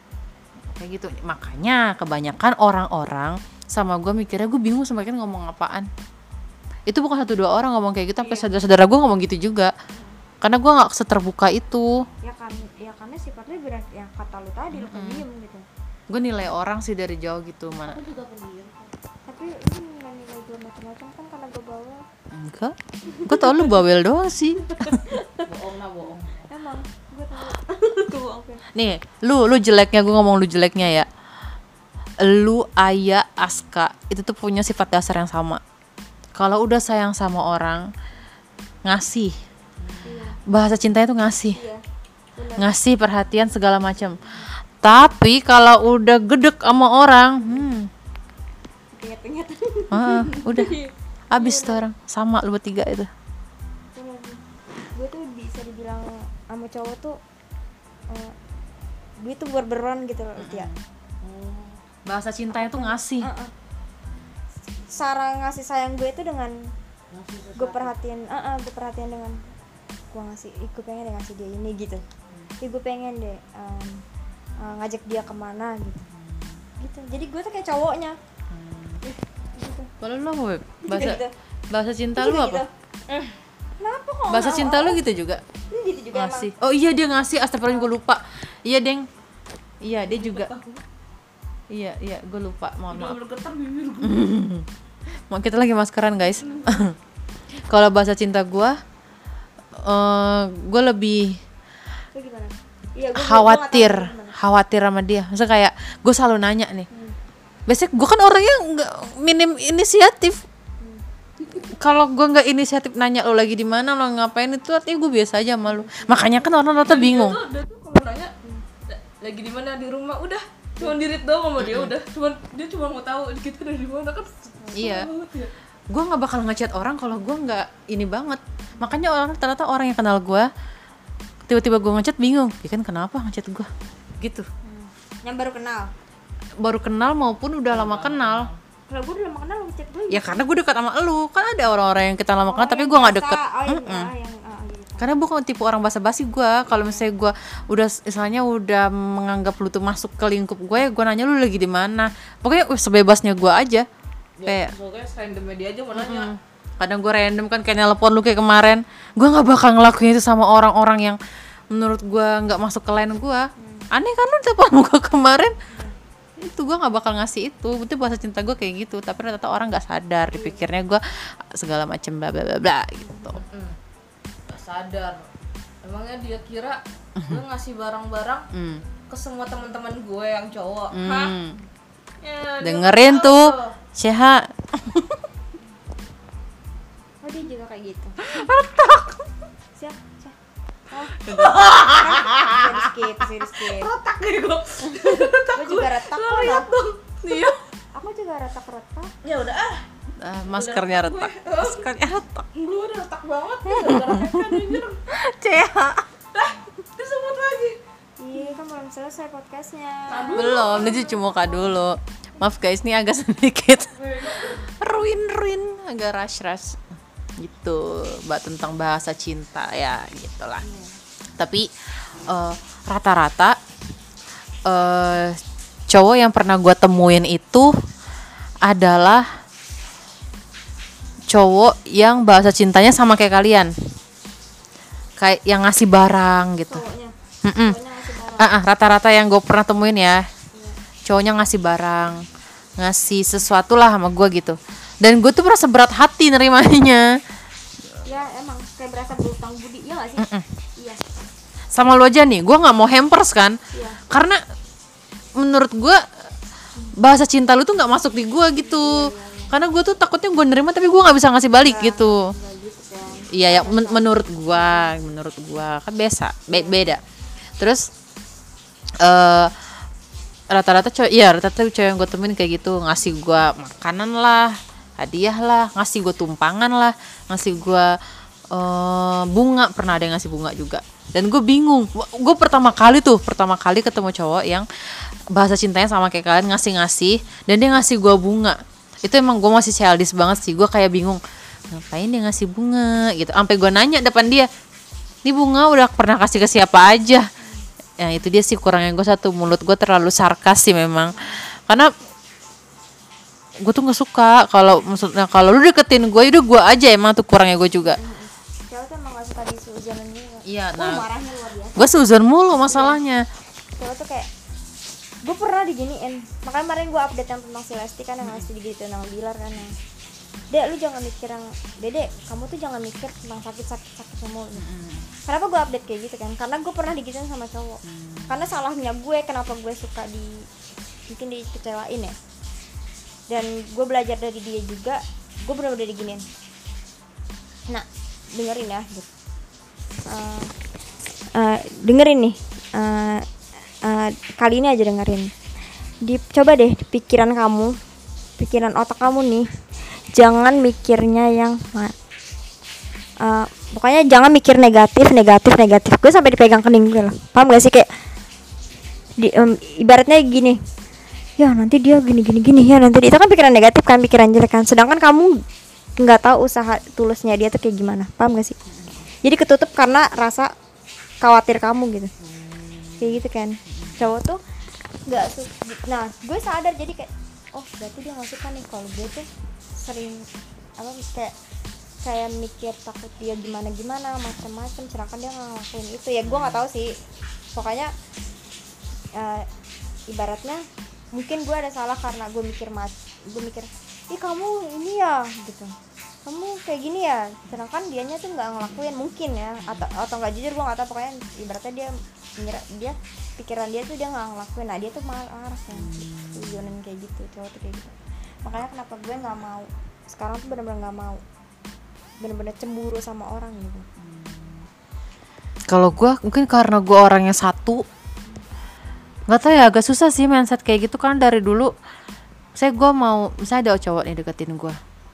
Kayak gitu. Makanya kebanyakan orang-orang sama gue mikirnya gue bingung semakin ngomong apaan. Itu bukan satu dua orang ngomong kayak gitu. Sampai saudara-saudara gue ngomong gitu juga. Karena gue nggak seterbuka itu. Ya kan, ya karena sifatnya berat yang kata lu tadi, lu pendiam gitu. Gue nilai orang sih dari jauh gitu mana. Aku juga pendiam. Tapi lu nggak nilai gue macam-macam kan karena gue bawel. Enggak. Gue tau lu bawel doang sih. bohong nah bohong. Emang gue tahu. Tuh oke. Nih, lu lu jeleknya, gue ngomong lu jeleknya ya. Lu, Aya, Aska itu tuh punya sifat dasar yang sama. Kalau udah sayang sama orang, ngasih. Iya, Bahasa cintanya tuh ngasih. iya. Benar. Ngasih perhatian segala macam. Tapi kalau udah gedek sama orang, hmm, Ingat-ingat. ah, udah abis tuh orang. Sama lu bertiga itu. Gue tuh bisa dibilang sama cowok tuh uh, gue tuh berberon gitu loh dia. Bahasa cintanya tuh ngasih. Uh-uh. Cara ngasih sayang gue itu dengan gue perhatiin, uh, uh, gue perhatiin dengan gue ngasih, ih, gue pengen deh ngasih dia ini gitu. Ih, gue pengen deh um, uh, ngajak dia kemana gitu. Gitu. Jadi gue tuh kayak cowoknya. Ih, gitu. Kalau lu apa, Beb? Bahasa Gitu. bahasa cinta Gitu, lu apa? gitu. Kenapa kok? Bahasa nggak cinta mau? lu gitu juga? Ini gitu juga emang. Ngasih. Oh iya dia ngasih, astagfirullah gue lupa. Iya, Deng. Iya, dia juga. Iya, iya, gue lupa. Mohon Udah maaf. bergetar bibir gue. Mau kita lagi maskeran, guys. Kalau bahasa cinta gue eh gue lebih Lu gimana? Iya, gue khawatir, khawatir sama dia. Maksudnya kayak gue selalu nanya nih. Biasanya gue kan orangnya nggak minim inisiatif. Kalau gue nggak inisiatif nanya lo lagi di mana, lo ngapain, itu artinya gue biasa aja sama lo. Makanya kan orang rata bingung. Dia tuh, dia tuh kalau nanya "La- lagi di mana di rumah udah cuma dirit doang sama dia udah cuma dia cuma mau tahu kita dari mana kan susah Iya. banget ya. Gue nggak bakal ngechat orang kalau gue nggak ini banget. Makanya orang ternyata orang yang kenal gue tiba-tiba gue ngechat bingung, ya kan kenapa ngechat gue gitu. yang baru kenal. Baru kenal maupun udah lama kenal. Kalau gue udah lama kenal lu chat gue. Ya karena gue dekat sama elu. Kan ada orang-orang yang kita lama kenal tapi gue nggak deket. Oh yang, Mm-mm. ah, yang ah, gitu. Karena bukan tipe orang basa-basi gue. Kalau misalnya gue udah misalnya udah menganggap lu tuh masuk ke lingkup gue, gue nanya lu lagi di mana. Pokoknya uh, sebebasnya gue aja. Kayak Pokoknya random media aja mau nanya. hmm, kadang gue random kan kayak nelpon lu kayak kemarin. Gue nggak bakal ngelakuin itu sama orang-orang yang menurut gue nggak masuk ke line gue. Aneh kan lu telepon gue kemarin. Itu gue nggak bakal ngasih itu. Itu bahasa cinta gue kayak gitu. Tapi ternyata orang nggak sadar. Dipikirnya gue segala macem bla bla bla bla gitu. Hmm. Gak sadar. Emangnya dia kira gue ngasih barang-barang Hmm. ke semua teman-teman gue yang cowok. Hah? Hmm. Ya, dia Dengerin nggak tuh, tahu. Syeha. Oh dia juga kayak gitu. Siap, siap. Oh. Serius skip, serius skip. Retak nih gue. Gue juga retak Lo kok. lihat Nah. dong. Iya. Aku juga retak-retak. Ya udah ah. Ah, maskernya retak. Maskernya retak. Gue udah retak banget ya, gara-gara kan anjir. Ceha. Lah, disebut lagi. Iya kan belum selesai podcastnya. Belum, ini cuci muka dulu. Maaf guys, ini agak sedikit ruin-ruin, agak rush-rush gitu, mbak, tentang bahasa cinta ya gitulah. Tapi uh, rata-rata uh, cowok yang pernah gue temuin itu adalah cowok yang bahasa cintanya sama kayak kalian, kayak yang ngasih barang gitu. Cowoknya. Mm-mm. Cowoknya ngasih barang. Ah, ah, rata-rata yang gue pernah temuin ya, cowoknya ngasih barang, ngasih sesuatu lah sama gue gitu. Dan gue tuh merasa berat hati nerimanya. Ya emang kayak berasa berutang budi, ya nggak sih? Mm-mm. Iya. Sama lu aja nih, gue nggak mau hampers kan, Iya. karena menurut gue bahasa cinta lu tuh nggak masuk di gue gitu. Karena gue tuh takutnya gue nerima tapi gue nggak bisa ngasih balik gitu. Nggak gitu kan. Iya ya, men- menurut gue, menurut gue kan biasa, be- beda. Terus eh rata-rata cowok, iya rata-rata cowok yang gue temuin kayak gitu, ngasih gue makanan lah, hadiah lah, ngasih gue tumpangan lah, ngasih gue uh, bunga, pernah ada yang ngasih bunga juga. Dan gue bingung, gue pertama kali tuh, pertama kali ketemu cowok yang bahasa cintanya sama kayak kalian, ngasih-ngasih, dan dia ngasih gue bunga. Itu emang gue masih childish banget sih, gue kayak bingung, ngapain dia ngasih bunga gitu. Sampai gue nanya depan dia, ini bunga udah pernah kasih ke siapa aja? Ya itu dia sih kurangnya gue satu, mulut gue terlalu sarkas sih memang, karena gue tuh nggak suka kalau maksudnya kalau lu deketin gue, udah gue aja, emang tuh kurangnya gue juga. Cewek tuh emang gak suka disuuzanin juga. Iya, Oh, nah marahnya luar biasa. gue seuzon mulu masalahnya. Cewek tuh kayak, gue pernah diginiin. Makanya kemarin gue update yang tentang si Lesti kan, yang ngasih digituin sama Bilar kan yang, Dek lu jangan mikir yang, Dede kamu tuh jangan mikir tentang sakit-sakit-sakit semua gitu. Kenapa gue update kayak gitu kan? Karena gue pernah digituin sama cowok. Karena salahnya gue, kenapa gue suka di, mungkin dikecewain ya. Dan gue belajar dari dia juga, gue bener-bener diginiin. Nah dengerin ya gitu. Uh, uh, dengerin nih uh, uh, kali ini aja dengerin. Di, coba deh pikiran kamu, pikiran otak kamu nih, jangan mikirnya yang uh, pokoknya jangan mikir negatif negatif negatif. Gue sampai dipegang kening gue loh, paham gak sih? Kayak di, um, ibaratnya gini, ya nanti dia gini gini gini, ya nanti itu kan pikiran negatif kan, pikiran jelek kan. Sedangkan kamu nggak tahu usaha tulusnya dia tuh kayak gimana, paham gak sih? Jadi ketutup karena rasa khawatir kamu gitu, kayak gitu kan. Cowok tuh nggak su- nah gue sadar jadi kayak, oh berarti dia nggak suka nih kalau gue tuh sering apa kayak kayak mikir takut dia gimana gimana macam-macam, sedangkan dia nggak ngelakuin itu. Ya gue nggak tahu sih, pokoknya uh, ibaratnya mungkin gue ada salah karena gue mikir mas gue mikir ih kamu ini ya gitu, kamu kayak gini ya, sedangkan dianya tuh nggak ngelakuin mungkin ya, atau atau nggak jujur, gue nggak tahu. Pokoknya ibaratnya dia mengira dia pikiran dia tuh dia nggak ngelakuin, nah dia tuh marah kan, tujuanin kayak gitu, cowok tuh kayak gitu. Makanya kenapa gue nggak mau sekarang tuh benar-benar nggak mau, benar-benar cemburu sama orang gitu. Kalau gue mungkin karena gue orangnya satu, nggak tahu ya, agak susah sih mindset kayak gitu kan dari dulu. Saya gue mau, misalnya ada cowok nih deketin gue,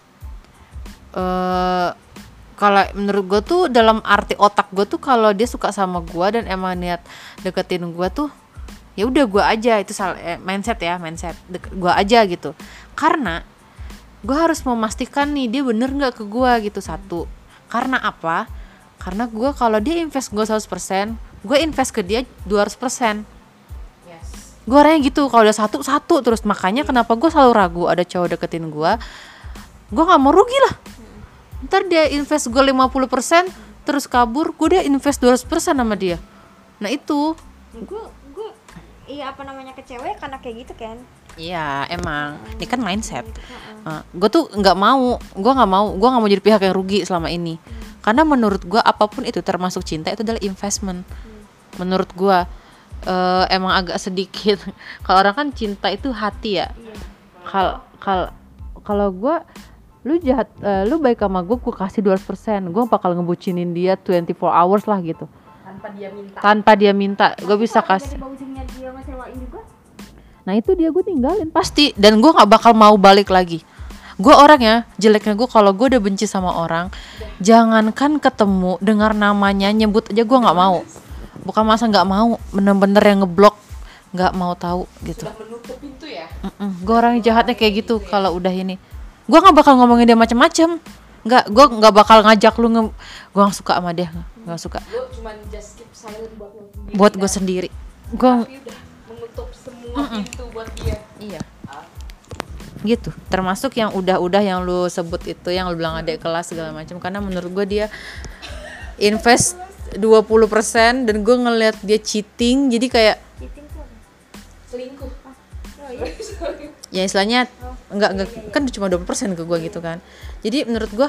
uh, kalau menurut gue tuh dalam arti otak gue tuh kalau dia suka sama gue dan emang niat deketin gue tuh, ya udah gue aja, itu salah eh, mindset ya, mindset gue aja gitu. Karena gue harus memastikan nih dia bener nggak ke gue gitu. Satu, karena apa? Karena gue kalau dia invest gue seratus persen, gue invest ke dia dua ratus persen. Gue orangnya gitu, kalau udah satu satu terus. Makanya kenapa gue selalu ragu ada cowok deketin gue, gue nggak mau rugi lah. Ntar dia invest gue lima puluh persen terus kabur, gue dia invest dua ratus persen sama dia. Nah itu gue gue iya apa namanya kecewa karena kayak gitu kan. iya emang ini kan mindset. uh, gue tuh nggak mau gue nggak mau gue nggak mau jadi pihak yang rugi selama ini. Karena menurut gue apapun itu termasuk cinta itu adalah investment. Menurut gue uh, emang agak sedikit kalau orang kan cinta itu hati ya. Kalau kalau kalau gue, lu jahat, uh, lu baik sama gue, gue kasih dua ratus persen, gue bakal ngebucinin dia dua puluh empat hours lah gitu. Tanpa dia minta. Tanpa dia minta, gue bisa kasih. Dia ngecewain juga. Nah itu dia gue tinggalin pasti, dan gue nggak bakal mau balik lagi. Gue orang ya, jeleknya gue kalau gue udah benci sama orang, jangankan ketemu, dengar namanya, nyebut aja gue nggak mau. Bukan masa nggak mau, bener-bener yang ngeblok, nggak mau tahu gitu. Sudah menutup pintu ya. Gue orang jahatnya kayak gitu kalau udah ini. Gue nggak bakal ngomongin dia macam-macam. Nggak, gue nggak bakal ngajak lu nge, gue nggak suka sama dia, nggak suka. Gue cuma just keep silent buat lo sendiri. Buat gue sendiri. Gue Tapi udah menutup semua pintu buat dia. iya. Gitu, termasuk yang udah-udah yang lu sebut itu, yang lu bilang adik kelas segala macam, karena menurut gue dia invest dua puluh persen dan gue ngeliat dia cheating, jadi kayak Cheating tuh apa? Selingkuh. Oh iya. ya istilahnya enggak enggak kan cuma dua puluh persen ke gue gitu kan. Jadi menurut gue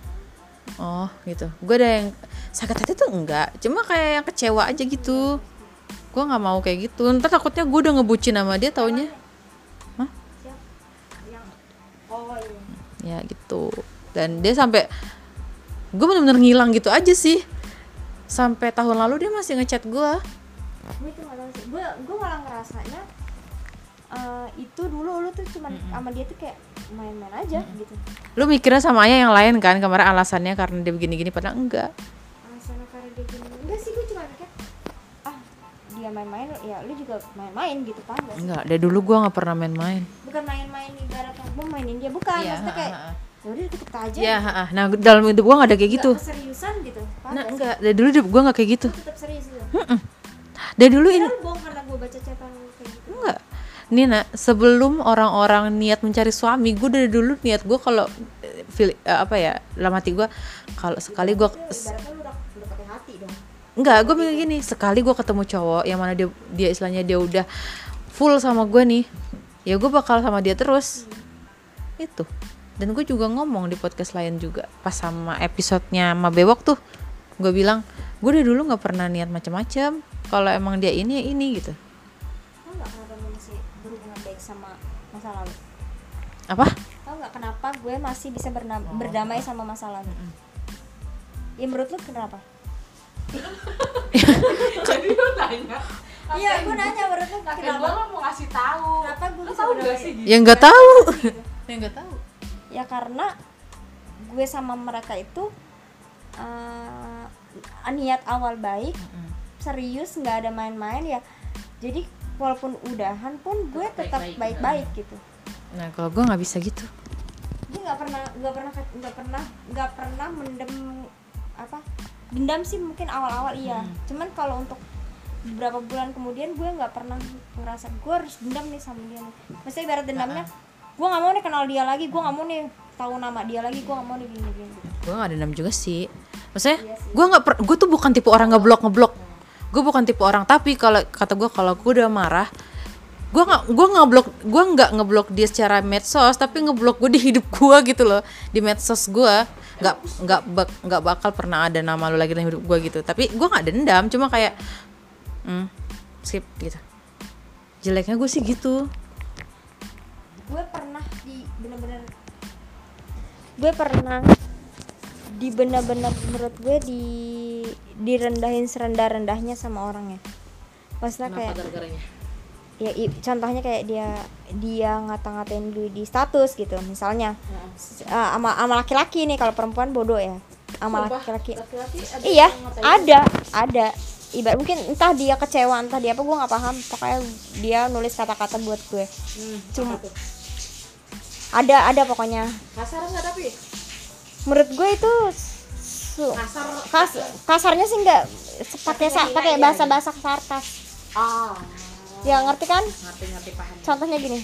oh gitu. Gue ada yang sakit hati tuh enggak, cuma kayak yang kecewa aja gitu. Gue nggak mau kayak gitu. Ntar takutnya gue udah ngebucin sama dia taunya. Hah? Siap. Yang oh iya. Ya gitu. Dan dia sampai gue bener-bener ngilang gitu aja sih. Sampai tahun lalu dia masih ngechat gue. Gue tuh nggak tahu sih. Gue gue malah ngerasanya eh, itu dulu lu tuh cuman sama dia tuh kayak main-main aja gitu. Lu mikirnya sama Ayah yang lain kan, kemarin alasannya karena dia begini-gini, padahal enggak. Alasannya karena dia gini. Enggak sih, gue cuma mikir ah dia main-main ya lu juga main-main gitu kan. Enggak sih? Enggak, dari dulu gue nggak pernah main-main. Bukan main-main ibaratnya gue mainin dia, bukan. Iya, Maksudnya kayak ha, ha, ya udah deket aja. Ya, ha-ha. Nah dalam hidup gue nggak ada kayak gitu. Nggak keseriusan gitu. Paham Nah nggak sih? enggak, dari dulu hidup gue nggak kayak gitu. Lu tetap serius gitu. Dari dulu ini Lu bohong karena gue baca chatan lu kayak gitu. enggak. Nina, sebelum orang-orang niat mencari suami, gue dari dulu niat gue kalau eh, feel- eh, apa ya, dalam hati gue kalau sekali gue Ibaratnya lu udah udah pakai hati dong. enggak, gue mikir gini, sekali gue ketemu cowok yang mana dia dia istilahnya dia udah full sama gue nih, ya gue bakal sama dia terus. Itu. Dan gue juga ngomong di podcast lain juga pas sama episodenya sama Bewok tuh, gue bilang gue dari dulu nggak pernah niat macam-macam, kalau emang dia ini ya ini gitu. Tau nggak kenapa gue masih berhubungan baik sama masa lalu? Apa? Tau nggak kenapa gue masih bisa berna- berdamai sama masa lalu? Ya menurut lu kenapa? Jadi lu nanya. Iya, gue nanya menurut lu Kakek kenapa? gue lah mau ngasih tahu. Kenapa gue Lu bisa tahu gak berdamai? sih gitu? Ya nggak tahu. Ya nggak tahu. Ya karena gue sama mereka itu uh, niat awal baik, serius, nggak ada main-main ya. Jadi walaupun udahan pun gue tetap baik-baik gitu. Nah kalau gue nggak bisa gitu. Gue nggak pernah nggak pernah nggak pernah nggak pernah mendem apa dendam sih, mungkin awal-awal iya. Cuman kalau untuk beberapa bulan kemudian gue nggak pernah ngerasa gue harus dendam nih sama dia nih. Maksudnya ibarat dendamnya, gue nggak mau nih kenal dia lagi, gue nggak mau nih tahu nama dia lagi, gue nggak mau nih gini gini. Gue nggak dendam juga sih. Maksudnya Iya sih. gue nggak per- gue tuh bukan tipe orang ngeblok ngeblok. Gue bukan tipe orang, tapi kalau kata gue kalau gue udah marah, gue nggak gue nggak blok gue nggak ngeblok dia secara medsos, tapi ngeblok gue di hidup gue gitu loh, di medsos gue nggak nggak bak- nggak bakal pernah ada nama lu lagi dalam hidup gue gitu. Tapi gue nggak dendam, cuma kayak hmm, skip gitu. Jeleknya gue sih gitu. Gue pernah di bener-bener gue pernah di bener-bener menurut gue di direndahin serendah-rendahnya sama orangnya. Maksudnya kayak gara-garanya? ya i- contohnya kayak dia dia ngata-ngatain gue di status gitu misalnya. S- uh, sama sama laki-laki nih, kalau perempuan bodoh ya sama laki-laki. Laki-laki ada Iya, yang ngatain ada, ada. Ibarat mungkin entah dia kecewa, entah dia apa, gue nggak paham. Pokoknya dia nulis kata-kata buat gue. Hmm, Cuma apa tuh? ada, ada pokoknya. Kasar nggak tapi? Menurut gue itu su- Kasar. kas, kasarnya sih nggak pakai sa- pakai bahasa-bahasa sarkas. Ah. Ya ngerti kan? Ngerti-ngerti paham. Contohnya gini.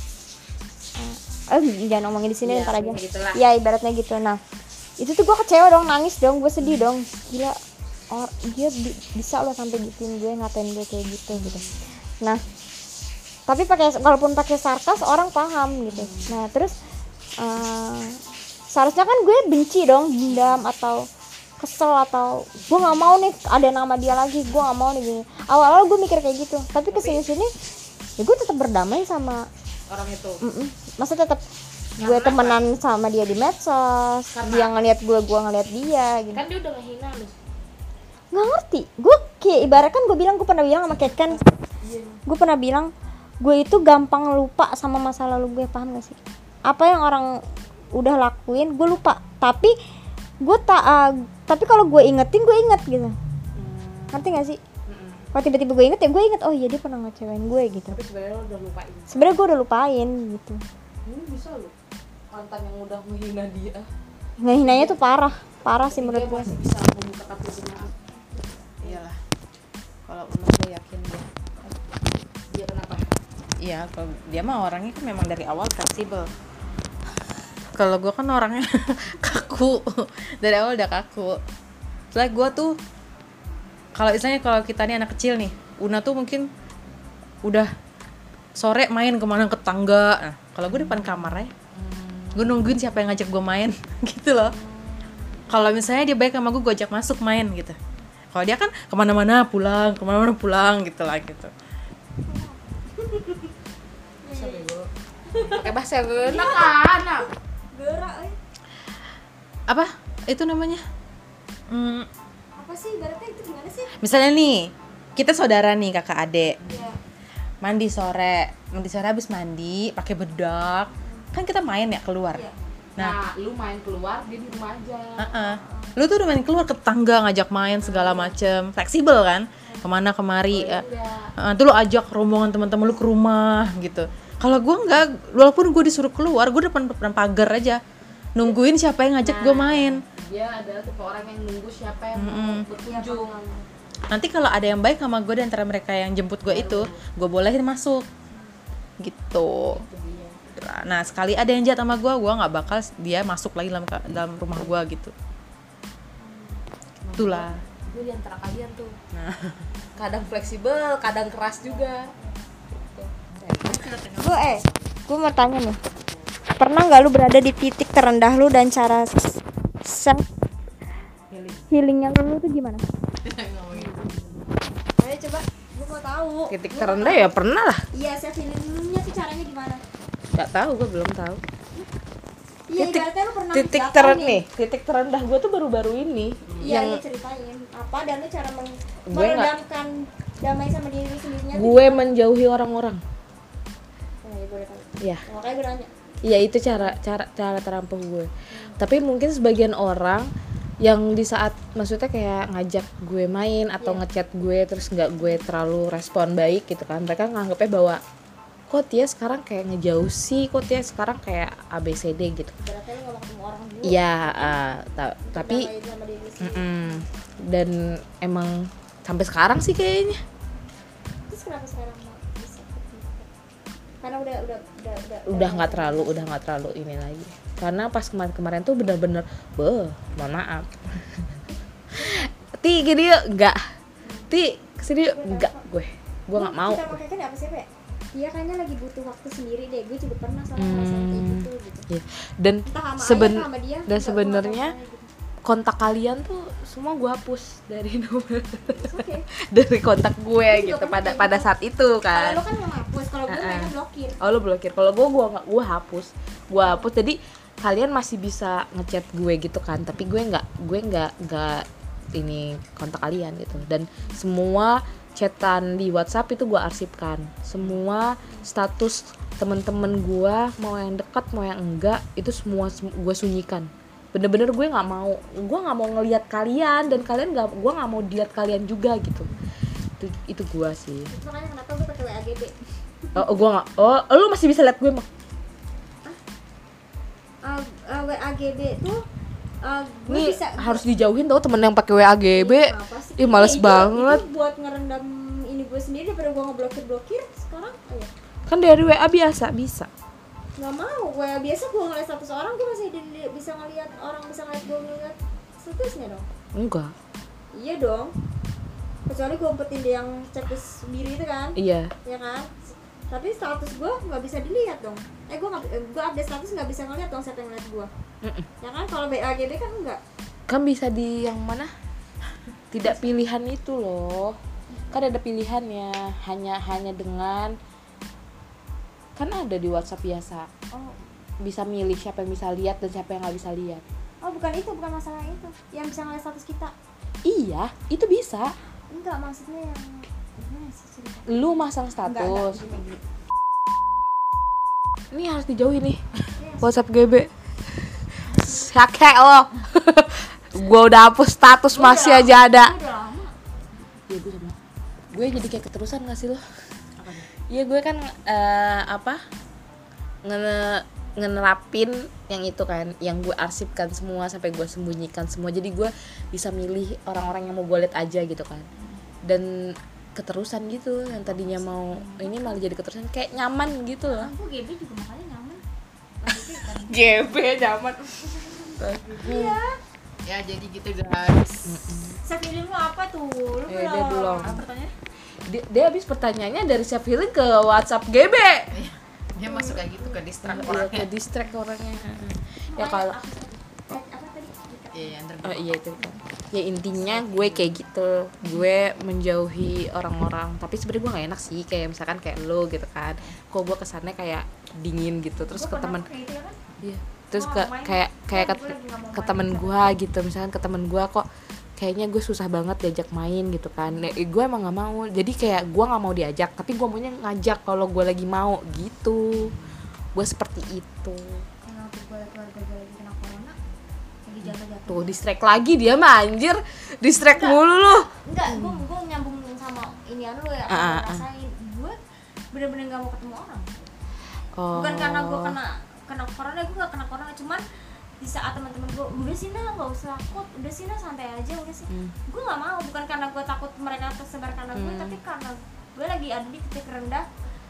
Eh, jangan ngomongin di sini Iya, ntar aja. kayak gitulah. Ya ibaratnya gitu. Nah, itu tuh gue kecewa dong, nangis dong, gue sedih dong. Gila, or, dia bi- bisa loh sampai gituin gue, ngatain gue kayak gitu gitu. Nah, tapi pakai walaupun pakai sarkas orang paham gitu. Nah, terus eh, seharusnya kan gue benci dong, dendam atau kesel atau gue nggak mau nih ada nama dia lagi, gue nggak mau nih gini. Awal-awal gue mikir kayak gitu, tapi kesini-sini ya gue tetap berdamai sama Orang itu. Mm-mm. Masa tetap gue temenan sama dia di medsos, Karena- dia ngelihat gue, gue ngelihat dia gitu. Kan dia udah ngehina lu. Nggak ngerti, gue kayak ibarat kan gue bilang, gue pernah bilang sama Ketkan, gue pernah bilang gue itu gampang lupa sama masa lalu gue, paham gak sih? Apa yang orang udah lakuin gue lupa, tapi gue tak uh, tapi kalau gue ingetin gue inget gitu. hmm. Ngerti gak sih? hmm. Kalau tiba-tiba gue inget ya gue inget, oh iya dia pernah ngecewain gue gitu. Tapi sebenarnya lo udah lupain. Sebenarnya gue udah lupain gitu. Ini bisa lo mantan yang udah menghina dia. Ngehinanya tuh parah, parah sih menurut Dia gue. masih bisa membuka kartu maaf. Iyalah. Kalau menurut gue yakin dia. Dia kenapa? Iya, kalau dia mah orangnya kan memang dari awal fleksibel. Kalau gue kan orangnya kaku, dari awal udah kaku. Soalnya gue tuh, kalau misalnya kalau kita nih anak kecil nih, Una tuh mungkin udah sore main kemana ke tangga. Nah, kalau gue depan kamar ya, gue nungguin siapa yang ngajak gue main, gitu loh. Kalau misalnya dia baik sama gue, gue ajak masuk main gitu. Kalau dia kan kemana-mana pulang, kemana-mana pulang gitu lah gitu. Pakai bahasa anak-anak. Gerak, eh. Apa itu namanya? Hmm, Apa sih ibaratnya itu gimana sih? misalnya nih, kita saudara nih kakak adik, Ya. mandi sore, mandi sore habis mandi, pakai bedak, kan kita main ya keluar. Iya. Nah, Nah, lu main keluar, dia di rumah aja. uh-uh. lu tuh udah main keluar ke tangga, ngajak main segala macem, fleksibel kan, kemana kemari. Oh, ya. iya. Uh, tuh lu ajak rombongan teman-teman lu ke rumah gitu. Kalau gue nggak, walaupun gue disuruh keluar, gue depan depan pagar aja, nungguin siapa yang ngajak gue main. Dia adalah tipe orang yang nunggu siapa yang Mm-mm. mau berkunjung. Nanti kalau ada yang baik sama gue di antara mereka yang jemput gue itu, gue bolehin masuk, gitu. Nah sekali ada yang jahat sama gue, gue nggak bakal dia masuk lagi dalam dalam rumah gue gitu. Itulah. Gue di antara kalian tuh. Nah, Kadang fleksibel, kadang keras juga. Gue eh, gue mau tanya nih, pernah nggak lu berada di titik terendah lu dan cara self healing yang lu tuh gimana? Ayo coba, gue mau tahu. Titik terendah ya pernah lah. Iya, self healing lu nya tuh caranya gimana? Gak tahu, gue belum tahu. Iya, Titik- ibaratnya lu pernah Titik jatuh terendah nih, titik terendah gue tuh baru-baru ini. Iya, yang iya ceritain apa dan lu cara meng- Gue nggak- meredamkan damai sama diri lu sendirinya. tuh gue gimana? menjauhi orang-orang. Nah, ya boleh tahu. Ya, Makanya gue nanya. ya itu cara cara cara terampuh gue. Tapi mungkin sebagian orang yang di saat maksudnya kayak ngajak gue main atau Iya. ngechat gue terus nggak gue terlalu respon baik gitu kan, mereka nganggapnya bahwa kok Tia sekarang kayak ngejauh sih, kok Tia sekarang kayak A B C D gitu. Ibaratnya lu gak mau ketemu orang dulu. Iya, uh, ta- tapi Damai sama diri lu sendiri. mm-mm. Dan emang sampai sekarang sih kayaknya. Terus kenapa sekarang mau bisa ketemu? Karena udah udah udah udah Udah nggak terlalu, udah nggak terlalu ini lagi. Karena pas kemarin-kemarin tuh bener-bener, beh, mohon maaf. Ti gini yuk, enggak. Ti kesini yuk, enggak gue. Gue nggak mau. Kita pakai kan apa sih, Pe? Dia kayaknya lagi butuh waktu sendiri deh. Gue juga pernah sama ngerasain kayak gitu gitu. Iya. Dan Entah sama seben ayah, sama dia, dan nggak- sebenarnya gua nggak tahu gitu. kontak kalian tuh semua gue hapus dari nomor It's okay. dari kontak gue Gua juga gitu pernah pada kayak pada gitu. saat itu Kalau kan. lu kan yang hapus, kalau gue Uh-uh. mainnya blokir. Oh lu blokir. Kalau gue gue nggak, gue hapus. Gue hapus. Jadi kalian masih bisa ngechat gue gitu kan. Tapi gue nggak, gue nggak nggak ini kontak kalian gitu. Dan semua chatan di WhatsApp itu gue arsipkan. Semua status temen-temen gue, mau yang dekat mau yang enggak, itu semua sem- gue sunyikan. Bener-bener gue nggak mau, gue nggak mau ngelihat kalian dan kalian nggak, gue nggak mau dilihat kalian juga gitu. Itu itu gue sih. Makanya kenapa gue pakai W A G B? Oh, oh gue nggak, oh lu masih bisa lihat gue mah. Uh, uh, W A G B tuh uh, gue Ini bisa harus dijauhin tau temen yang pakai W A G B. Ih, apa sih? Ih males Itu- banget. Itu buat ngerendam ini gue sendiri daripada gue ngeblokir-blokir sekarang. Ayo. Kan dari W A biasa bisa. Nggak mau, gue biasa gue ngeliat status orang gue masih di- bisa ngeliat orang bisa ngeliat gue ngeliat statusnya dong. Enggak. Iya dong. Kecuali gue umpetin dia yang checklist biru itu kan, Iya. ya kan. Tapi status gue nggak bisa dilihat dong. Eh gue nggak, gue update status nggak bisa ngeliat dong siapa yang ngeliat gue. Mm-mm. Ya kan kalau W A G B kan enggak. Kan bisa di yang mana? Tidak pilihan itu loh. Kan ada pilihannya. Hanya hanya dengan kan ada di WhatsApp biasa. Oh, Bisa milih siapa yang bisa lihat dan siapa yang nggak bisa lihat. oh bukan itu, bukan masalah itu. Yang bisa ngeliat status kita. Iya, itu bisa. Enggak, maksudnya yang gimana sih cerita? Lu masang Enggak, enggak, status. gini. Ini harus dijauhi nih. Iya, WhatsApp G B. hapus ya kayak lo. Gue udah hapus status Gua masih udah aja lama- ada. gua udah lama. Iya gue sama. Gue jadi kayak keterusan gak sih lo? Iya gue kan eh, apa nge ngenerapin yang itu kan, yang gue arsipkan semua sampai gue sembunyikan semua. Jadi gue bisa milih orang-orang yang mau gue lihat aja gitu kan. Dan keterusan gitu, yang tadinya mau ini malah jadi keterusan kayak nyaman gitu loh. Aku G B juga makanya nyaman. G B nyaman. Iya. Ya jadi gitu guys. Self healing lu apa tuh? Lu Eh, dia belum. Apa pertanyaan? Dia, dia habis pertanyaannya dari self healing ke WhatsApp G B. Dia masuk kayak gitu ke distract Iya, orangnya. ke distract orangnya. Ya kalau Eh, apa tadi? Iya, yang oh terbaik. iya itu kan. Ya intinya gue kayak gitu, gue menjauhi orang-orang. Tapi sebenarnya gue nggak enak sih, kayak misalkan kayak lo gitu kan. Kok gue kesannya kayak dingin gitu, terus Gua ke pernah temen, kayak gitu ya kan? iya, terus Gua ke nggak main. kayak kayak ke, Gua lagi nggak mau ke main. temen gue gitu, misalkan ke temen gue kok kayaknya gue susah banget diajak main gitu kan. Nah, eh, gue emang nggak mau, jadi kayak gue nggak mau diajak, tapi gue maunya ngajak kalau gue lagi mau gitu. Gue seperti itu. Yang waktu gue keluarga gue lagi kena corona, lagi jatuh-jatuh. Tuh distract lagi dia mah anjir, distract mulu lu. Enggak, gue gue nyambung sama ini anu lu ya, Ah, ah, gue ah. rasain gue bener-bener nggak mau ketemu orang. Oh. Bukan karena gue kena kena corona, gue nggak kena corona, cuman di saat teman-teman gue udah sih nah nggak usah takut, udah sih nah santai aja, udah sih. Hmm. Gue nggak mau, bukan karena gue takut mereka tersebar karena gue, Hmm. tapi karena gue lagi ada di titik rendah.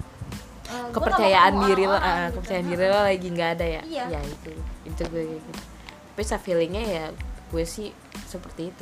eh, gua nggak mau Kepercayaan ketemu diri lo, orang-orang ah, gitu. kepercayaan diri lo lagi nggak ada ya. Iya. Ya itu, itu gue kayak gitu. Tapi self healingnya ya gue sih seperti itu,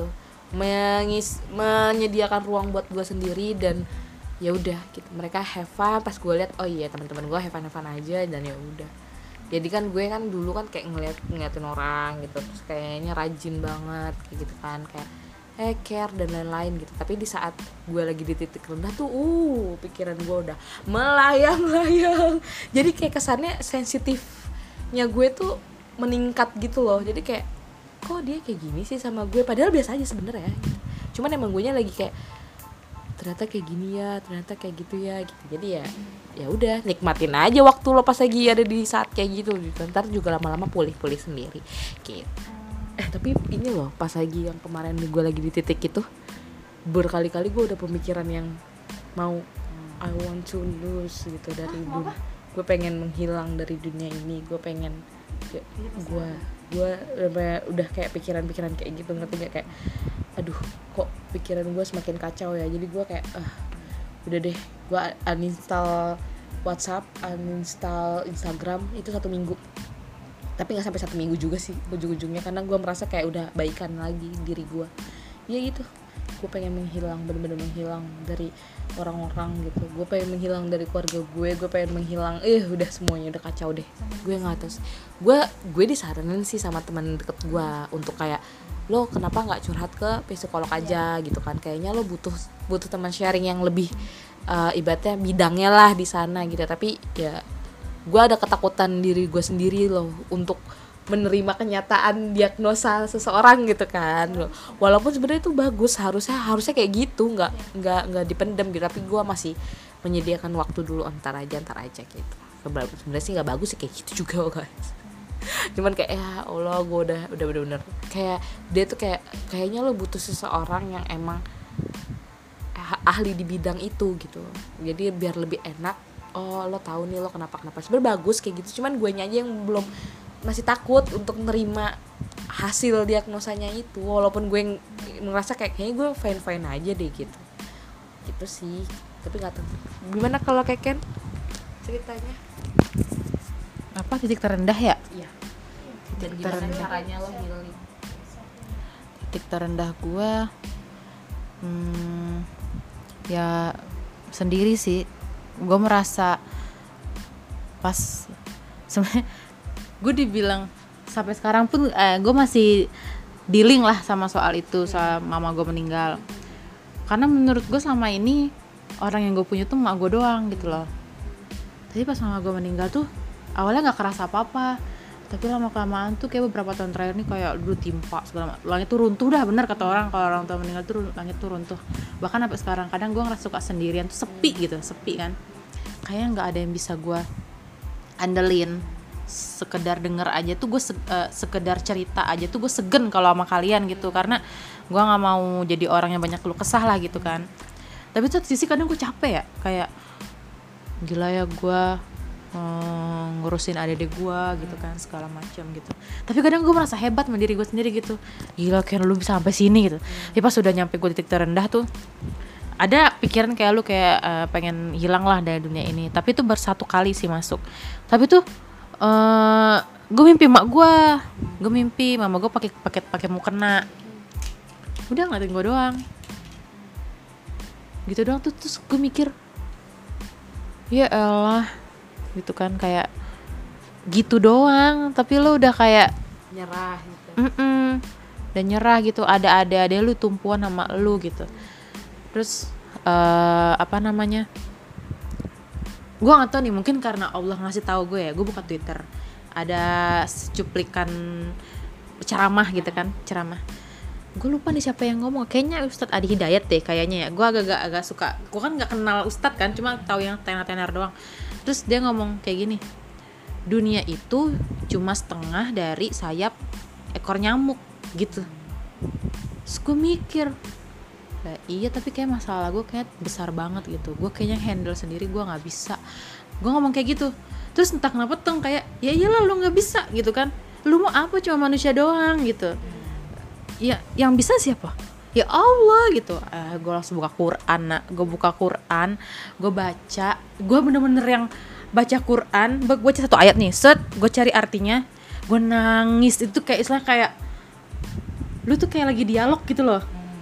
mengis menyediakan ruang buat gue sendiri dan ya udah gitu. Mereka have fun, pas gue lihat oh iya teman-teman gue have fun have fun aja dan ya udah. Jadi kan gue kan dulu kan kayak ngeliat ngeliatin orang gitu, terus kayaknya rajin banget kayak gitu kan, kayak eh care dan lain-lain gitu. Tapi di saat gue lagi di titik rendah tuh uh pikiran gue udah melayang-layang. Jadi kayak kesannya sensitifnya gue tuh meningkat gitu loh. Jadi kayak kok dia kayak gini sih sama gue, padahal biasa aja sebenarnya gitu. Cuman emang gue nya lagi kayak ternyata kayak gini ya, ternyata kayak gitu ya gitu. Jadi ya ya udah nikmatin aja waktu lo pas lagi ada di saat kayak gitu gitu. Ntar juga lama-lama pulih-pulih sendiri gitu. Eh tapi ini loh pas lagi yang kemarin gue lagi di titik itu, berkali-kali gue udah pemikiran yang mau I want to lose gitu dari dunia. Gue pengen menghilang dari dunia ini. Gue pengen gue gue udah kayak pikiran-pikiran kayak gitu, ngerti gak, kayak aduh kok pikiran gue semakin kacau ya. Jadi gue kayak ah udah deh, gue uninstall WhatsApp, uninstall Instagram itu satu minggu. Tapi nggak sampai satu minggu juga sih ujung-ujungnya, karena gue merasa kayak udah baikan lagi diri gue. Ya gitu, gue pengen menghilang, bener-bener menghilang dari orang-orang gitu. Gue pengen menghilang dari keluarga gue, gue pengen menghilang, eh udah semuanya udah kacau deh. Gue nggak tahu sih. Gue gue disaranin sih sama teman deket gue untuk kayak lo kenapa nggak curhat ke psikolog aja gitu kan. Kayaknya lo butuh butuh teman sharing yang lebih uh, ibaratnya bidangnya lah di sana gitu. Tapi ya gue ada ketakutan diri gue sendiri loh untuk menerima kenyataan diagnosa seseorang gitu kan. Walaupun sebenarnya itu bagus, harusnya harusnya kayak gitu, nggak nggak nggak dipendam gitu. Tapi gue masih menyediakan waktu dulu, antar aja antar aja gitu. Sebenarnya sih nggak bagus sih kayak gitu juga guys. Cuman kayak ya Allah, gue udah udah bener-bener kayak dia tuh kayak kayaknya lo butuh seseorang yang emang ahli di bidang itu gitu. Jadi biar lebih enak. Oh lo tahu nih lo kenapa kenapa sebenarnya bagus kayak gitu. Cuman gue aja yang belum, masih takut untuk menerima hasil diagnosanya itu. Walaupun gue ngerasa kayak kayaknya gue fine fine aja deh gitu gitu sih. Tapi nggak tahu gimana kalau kayak Ken ceritanya. Apa titik terendah ya? Iya. Titik Gimana terendah. caranya lo healing? Titik terendah gue, hmm, ya sendiri sih. Gue merasa pas sebenarnya gue dibilang sampai sekarang pun eh, gue masih dealing lah sama soal itu, soal mama gue meninggal. Karena menurut gue selama ini orang yang gue punya tuh emak gue doang gitu loh. Tapi pas mama gue meninggal tuh awalnya nggak kerasa apa-apa, tapi lama kelamaan tuh kayak beberapa tahun terakhir nih kayak dulu timpa segala macam, langit tuh runtuh dah, bener kata orang kalau orang tua meninggal tuh langit tuh runtuh. Bahkan sampai sekarang kadang gue ngerasa suka sendirian tuh sepi gitu, sepi kan, kayak nggak ada yang bisa gue andelin. sekedar denger aja tuh gue se- uh, sekedar cerita aja tuh gue segen kalau sama kalian gitu, karena gue nggak mau jadi orang yang banyak keluh kesah lah gitu kan. Tapi tuh sisi kadang gue capek ya, kayak gila ya gue hmm, ngurusin adik-adik gue gitu kan segala macam gitu. Tapi kadang gue merasa hebat sama diri gue sendiri gitu, gila kan lu bisa sampai sini gitu. Tapi pas udah nyampe gue titik terendah tuh ada pikiran kayak lu kayak uh, pengen hilang lah dari dunia ini. Tapi itu baru satu kali sih masuk. Tapi tuh uh, gue mimpi mak gue, gue mimpi mama gue pakai paket pakai mukena. Udah ngeliatin gue doang, gitu doang tuh. Terus gue mikir, ya elah, gitu kan, kayak gitu doang. Tapi lu udah kayak Nyerah gitu. Mm-mm, dan nyerah gitu. Ada ada ada lu tumpuan sama lu gitu. Terus uh, apa namanya, gue nggak tahu nih, mungkin karena Allah ngasih tahu gue ya. Gue buka Twitter, ada cuplikan ceramah gitu kan, ceramah. Gue lupa nih siapa yang ngomong, kayaknya Ustadz Adi Hidayat deh kayaknya ya. Gue agak-agak agak suka, gue kan nggak kenal Ustadz kan, cuma tahu yang tenar-tenar doang. Terus dia ngomong kayak gini, dunia itu cuma setengah dari sayap ekor nyamuk gitu. Terus gue mikir, ya, iya tapi kayak masalah gue kayak besar banget gitu. Gue kayaknya handle sendiri gue nggak bisa. Gue ngomong kayak gitu. Terus entah kenapa tuh kayak, ya iyalah lu nggak bisa gitu kan. Lu mau apa, cuma manusia doang gitu. Ya yang bisa siapa? Ya Allah gitu. Eh, gue langsung buka Quran, nak. Gue buka Quran, gue baca, gue bener-bener yang baca Quran, gue baca satu ayat nih, set, gue cari artinya, gue nangis. Itu kayak istilah kayak lu tuh kayak lagi dialog gitu loh.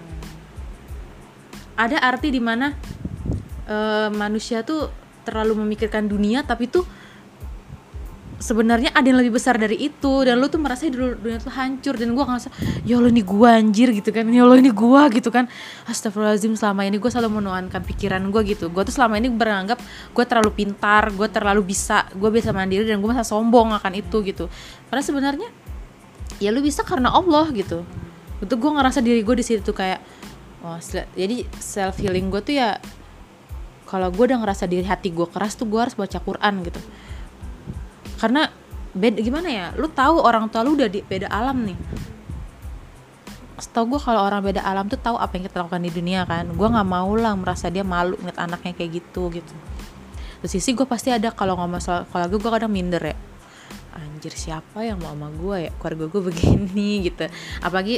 Ada arti di mana uh, manusia tuh terlalu memikirkan dunia, tapi tuh sebenarnya ada yang lebih besar dari itu, dan lu tuh merasa dunia tuh hancur. Dan gue ngerasa, ya Allah ini gue anjir gitu kan, ya Allah ini gue gitu kan. Astagfirullahaladzim, selama ini gue selalu menuankan pikiran gue gitu. Gue tuh selama ini beranggap gue terlalu pintar, gue terlalu bisa, gue bisa mandiri, dan gue merasa sombong akan itu gitu. Karena sebenarnya ya lu bisa karena Allah gitu. Itu gue ngerasa diri gue di situ kayak, oh, jadi self healing gue tuh ya, kalau gue udah ngerasa diri hati gue keras tuh gue harus baca Quran gitu. Karena beda, gimana ya, lu tahu orang tua lu udah di beda alam nih. Setahu gue kalau orang beda alam tuh tahu apa yang kita lakukan di dunia kan. Gue nggak mau lah merasa dia malu ngeliat anaknya kayak gitu gitu. Di sisi gue pasti ada, kalau ngomong soal keluarga gue kadang minder ya. Anjir siapa yang mau sama gue ya, keluarga gue begini gitu. Apalagi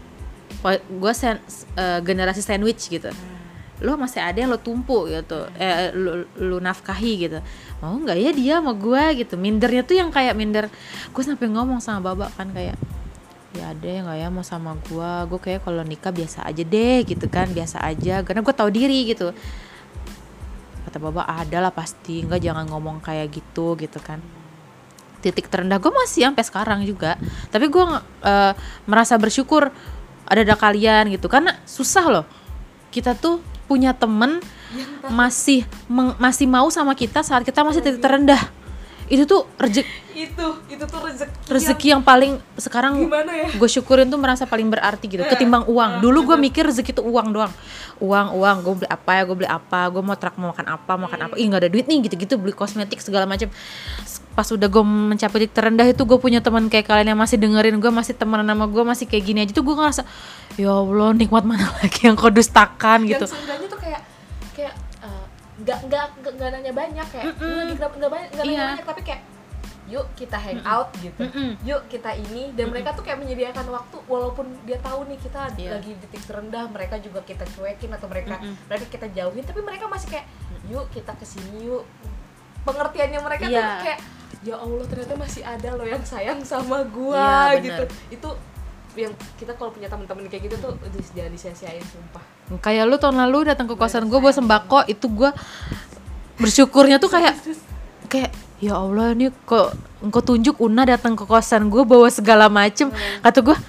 gue sen, uh, generasi sandwich gitu. Lo masih ada yang lo tumpuk gitu, eh, lo, lo nafkahi gitu. Mau nggak ya dia sama gue gitu. Mindernya tuh yang kayak minder. Gue sampai ngomong sama Baba kan kayak, ya ada yang nggak ya mau sama gue. Gue kayak kalau nikah biasa aja deh gitu kan, biasa aja. Karena gue tahu diri gitu. Kata Baba, ada lah pasti. Nggak, jangan ngomong kayak gitu gitu kan. Titik terendah gue masih sampai sekarang juga. Tapi gue uh, merasa bersyukur ada ada kalian gitu, karena susah loh. Kita tuh punya temen masih meng, masih mau sama kita saat kita masih titik terendah. Itu tuh rezeki, itu itu tuh rezeki rezeki yang, yang paling sekarang ya? gue syukurin tuh, merasa paling berarti gitu, ketimbang uang. Dulu gue mikir rezeki tuh uang doang, uang uang gue beli apa ya, gue beli apa, gue mau trak mau makan apa makan apa, ih nggak ada duit nih gitu-gitu, beli kosmetik segala macam. Pas udah gue mencapai titik terendah itu, gue punya teman kayak kalian yang masih dengerin gue, masih temenan sama gue, masih kayak gini aja tuh gue ngerasa, ya Allah nikmat mana lagi yang kau dustakan gitu. Yang seenggaknya tuh kayak kayak uh, nggak nggak nggak nanya banyak kayak nggak nggak banyak nggak nanya Iya. banyak, tapi kayak yuk kita hang out gitu, Mm-mm. yuk kita ini, dan mereka tuh kayak menyediakan waktu walaupun dia tahu nih kita Iya. lagi di titik terendah, mereka juga kita cuekin atau mereka Mm-mm. mereka kita jauhin, tapi mereka masih kayak yuk kita kesini yuk. Pengertiannya mereka Iya. tuh kayak, ya Allah ternyata masih ada loh yang sayang sama gua Iya, gitu. bener. Itu yang kita kalau punya teman-teman kayak gitu tuh jangan disia-siain sumpah. Kayak lu tahun lalu datang ke kosan gue bawa sembako, itu gue bersyukurnya tuh kayak kayak ya Allah ini kok engkau tunjuk Una datang ke kosan gue bawa segala macem. Kata gue,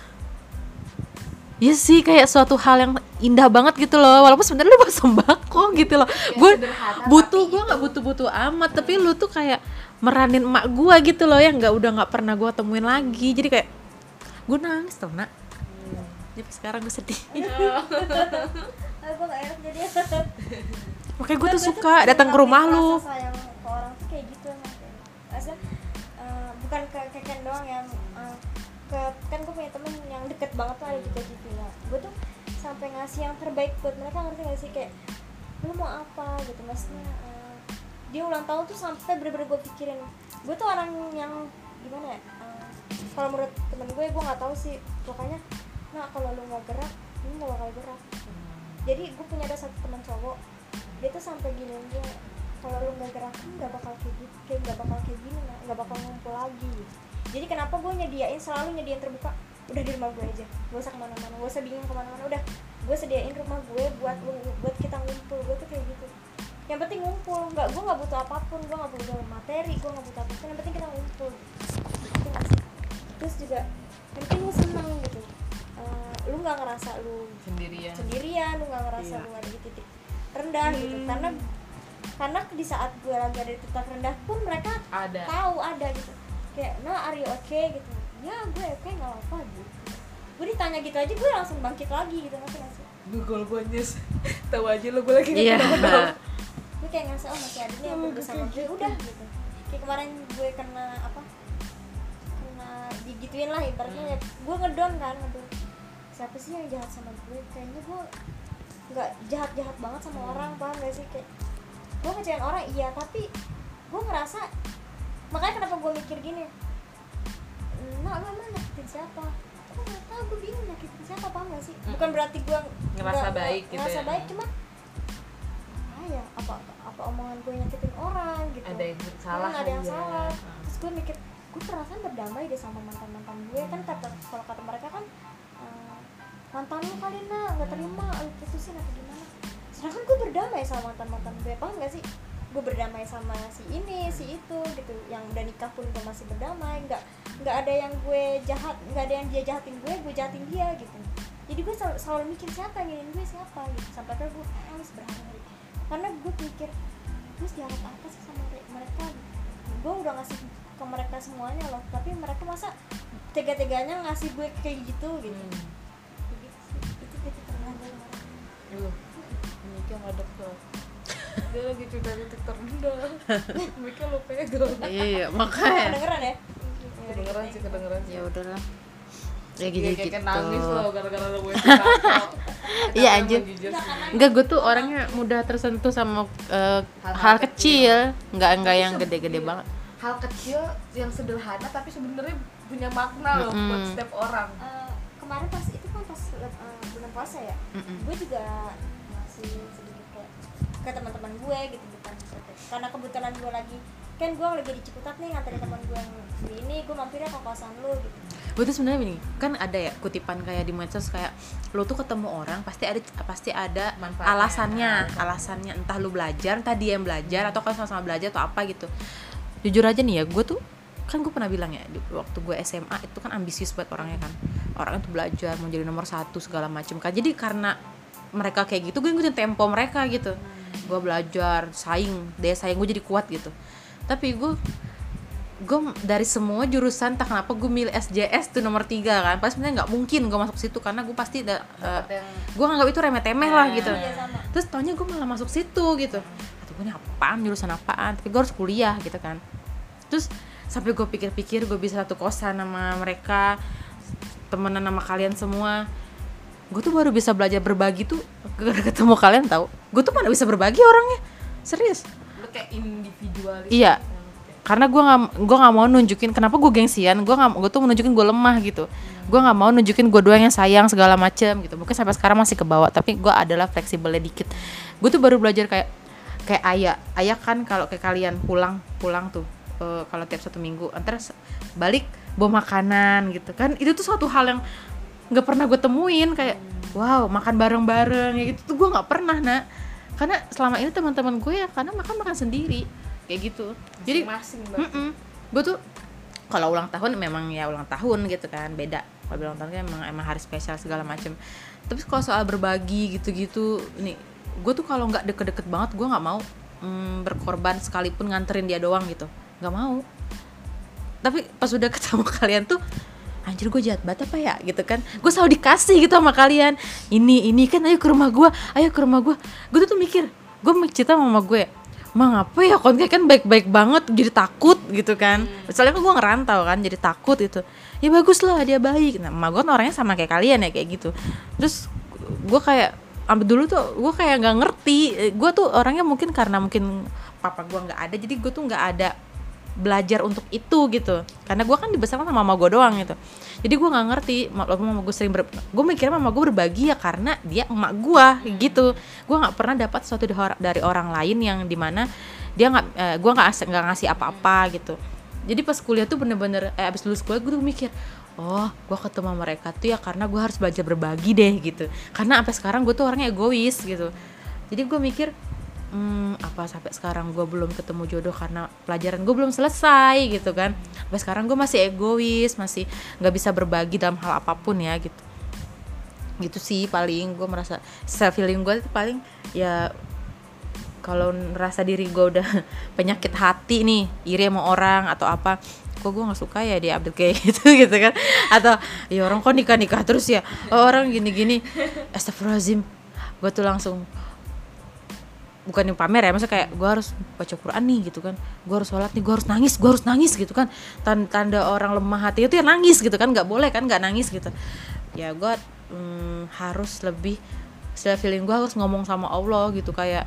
ya sih kayak suatu hal yang indah banget gitu loh, walaupun sebenarnya lu bawa sembako gitu loh. Gue butuh, gue nggak butuh-butuh amat, tapi lu tuh kayak meranin emak gue gitu loh, yang nggak udah nggak pernah gue temuin lagi. Jadi kayak gue nangis tuh nak. Jadi sekarang gue sedih. Aku gak enak jadi. Makanya gue tuh suka datang ke rumah lu. Rasa sayang ke orang tuh kayak gitu emang. Maksudnya uh, bukan bukan ke Keken doang ya, uh, ke kan gue punya temen yang deket banget tuh ada juga gitu ya, gue tuh sampai ngasih yang terbaik buat mereka, ngerti gak sih, kayak lu mau apa gitu, maksudnya uh, dia ulang tahun tuh sampai bener-bener gue pikirin. Gue tuh orang yang gimana ya, uh, kalau menurut temen gue gue nggak tahu sih, pokoknya nah kalau lu nggak gerak lu nggak bakal gerak. Jadi gue punya ada satu teman cowok, dia tuh sampai gini gue, kalau lu nggak gerak lu nggak bakal kayak gitu, kayak nggak bakal kayak gini, nggak bakal ngumpul lagi gitu. Jadi kenapa gue nyediain, selalu nyediain terbuka, udah di rumah gue aja, gak usah kemana-mana, gak usah bingung kemana-mana, udah gue sediain rumah gue buat lu, buat kita ngumpul. Gue tuh kayak gitu, yang penting ngumpul, nggak, gue nggak butuh apapun, gue nggak butuh materi, gue nggak butuh apapun, yang penting kita ngumpul gitu. Terus juga yang penting lu seneng gitu, uh, lu nggak ngerasa lu sendirian sendirian, lu nggak ngerasa Iya. lu ada di titik rendah Hmm. gitu, karena karena di saat gue lagi ada di titik rendah pun mereka ada. tahu ada gitu, kayak nah are you okay gitu, ya gue oke nggak apa gitu. Gue ditanya gitu aja gue langsung bangkit lagi gitu, ngerti nggak sih? Gue kalau gue nyes tahu aja lo gue lagi Iya. Gue kayak ngerasa oh masih ada nih yang peduli sama gue, udah gitu. Kayak kemarin gue kena apa, kena digituin lah ibaratnya, ya gue ngedon kan, ngedon siapa sih yang jahat sama gue, kayaknya gue nggak jahat-jahat banget sama orang, paham gak sih, kayak gue ngecewain orang iya, tapi gue ngerasa, makanya kenapa gue mikir gini, nah lu emang nyakitin siapa, gue nggak tahu, gue bingung nyakitin siapa, paham gak sih? Bukan berarti gue Ngerasa nggak- baik gitu ngerasa ya. baik, cuma ah ya apa apa omongan gue nyakitin orang gitu, Ada yang salah Hmm, ada yang aja. salah. Nah. Terus gue mikir, gue perasaan berdamai deh sama mantan mantan gue, kan kata kalau kata mereka kan eh, mantan lu kali nak nggak terima lu putusin atau gimana, sedangkan gue berdamai sama mantan mantan gue, paham gak sih? Gue berdamai sama si ini si itu gitu, yang udah nikah pun gue masih berdamai, nggak nggak ada yang gue jahat, nggak ada yang dia jahatin gue, gue jahatin dia gitu. Jadi gue selalu, selalu mikir siapa yang nginin gue siapa gitu, sampai akhirnya gue nangis berhari-hari karena gue pikir terus jahat apa sih sama mereka, gue udah ngasih ke mereka semuanya loh, tapi mereka masa tega-teganya ngasih gue kayak gitu gitu. Hmm. Jadi itu titik terendah gue kemarin. Duh, Mika ngadep tuh. Dia lagi cerita titik terendah. Mika lo pegang. Iya, Oh, makanya. kedengeran ya? Kedengeran sih, kedengeran sih. Ya udahlah. Ya Dia gitu kayak nangis loh gitu. gara-gara lo gue cerita. Iya, anjir. Jujur sih. Enggak, gue tuh orangnya mudah tersentuh sama eh, hal kecil, enggak enggak yang gede-gede banget. Hal kecil yang sederhana tapi sebenarnya punya makna loh Mm-mm. buat setiap orang. Eh, kemarin pas itu kan pas eh, bulan puasa ya, Mm-mm. gue juga masih sedikit kayak ke teman-teman gue gitu, bukan karena kebetulan gue lagi kan gue lagi di Ciputat nih nganterin teman gue yang di ini, gue mampirnya ke kosan lu gitu. Gue tuh sebenarnya gini, kan ada ya kutipan kayak di medsos kayak lo tuh ketemu orang pasti ada pasti ada Manfaatnya. alasannya, alasannya entah lu belajar, entah dia yang belajar atau kalau sama-sama belajar atau apa gitu. Jujur aja nih ya, gue tuh kan gue pernah bilang ya di, waktu gue S M A itu kan ambisius banget orangnya kan, orangnya tuh belajar mau jadi nomor satu segala macem kan. Jadi karena mereka kayak gitu, gue ngikutin tempo mereka gitu. Gue belajar, saing, daya saing gue jadi kuat gitu. Tapi gue gue dari semua jurusan tak kenapa gue milih S J S tuh nomor tiga kan, pas sebenarnya nggak mungkin gue masuk situ karena gue pasti da, uh, Dapet yang gue nganggap itu remeh-temeh lah gitu. Iya sama. Terus taunya gue malah masuk situ gitu, kata gue ini apaan, jurusan apaan, tapi gue harus kuliah gitu kan. Terus sampai gue pikir-pikir gue bisa satu kosan sama mereka, temenan sama kalian semua. Gue tuh baru bisa belajar berbagi tuh gara ketemu kalian, tau. Gue tuh mana bisa berbagi orangnya, serius. lo kayak individualis. Iya. Karena gue nggak gue nggak mau nunjukin kenapa gue gengsian, gue nggak gue tuh menunjukin gue lemah gitu. Gue nggak mau nunjukin gue doang yang sayang segala macem gitu. Mungkin sampai sekarang masih kebawa, tapi gue adalah fleksibelnya dikit. Gue tuh baru belajar kayak kayak ayah ayah kan kalau kayak kalian pulang pulang tuh uh, kalau tiap satu minggu antar balik bawa makanan gitu kan, itu tuh suatu hal yang nggak pernah gue temuin, kayak wow makan bareng-bareng ya gitu tuh gue nggak pernah nak, karena selama ini teman-teman gue ya karena makan makan sendiri kayak gitu. Jadi masing-masing banget. gue tuh kalau ulang tahun memang ya ulang tahun gitu kan, beda. Kalau ulang tahun kan emang emang hari spesial segala macem. Tapi kalau soal berbagi gitu-gitu, nih gue tuh kalau nggak deket-deket banget gue nggak mau mm, berkorban sekalipun nganterin dia doang gitu, nggak mau. Tapi pas udah ketemu kalian tuh, anjir gue jahat banget apa ya gitu kan, gue selalu dikasih gitu sama kalian, ini ini kan ayo ke rumah gue, ayo ke rumah gue. Gue tuh, tuh mikir, gue cerita sama mama gue, Mang apa ya kon kayak kan baik-baik banget jadi takut gitu kan. Misalnya kan gue ngerantau kan jadi takut gitu. Ya bagus lah dia baik. Nah emak gue orangnya sama kayak kalian ya kayak gitu. Terus gue kayak ambil dulu tuh gue kayak nggak ngerti. Gue tuh orangnya mungkin karena mungkin papa gue nggak ada, jadi gue tuh nggak ada belajar untuk itu gitu. Karena gue kan dibesarkan sama mama gue doang gitu. Jadi gue nggak ngerti. Mama gue sering ber, gue mikirnya mama gue berbagi ya karena dia emak gue gitu. Gue nggak pernah dapat sesuatu dari orang lain yang dimana dia nggak, eh, gue nggak nggak ngasih apa-apa gitu. Jadi pas kuliah tuh bener-bener, eh abis lulus kuliah gue tuh mikir, oh gue ketemu mereka tuh ya karena gue harus belajar berbagi deh gitu. Karena sampai sekarang gue tuh orangnya egois gitu. Jadi gue mikir, Hmm, apa sampai sekarang gue belum ketemu jodoh karena pelajaran gue belum selesai gitu kan. Sampai sekarang gue masih egois, masih nggak bisa berbagi dalam hal apapun ya gitu. Gitu sih paling gue merasa self healing gue itu paling ya kalau ngerasa diri gue udah penyakit hati nih, iri sama orang atau apa, kok gue nggak suka ya dia update kayak gitu gitu kan. Atau ya orang kok nikah nikah terus ya, oh, orang gini gini, astagfirullahaladzim, gue tuh langsung bukan yang pamer ya, maksudnya kayak gue harus baca Quran nih gitu kan, gue harus sholat nih, gue harus nangis, gue harus nangis gitu kan. Tanda orang lemah hati itu ya nangis gitu kan, nggak boleh kan nggak nangis gitu. Ya gue hmm, harus lebih self healing, gue harus ngomong sama Allah gitu kayak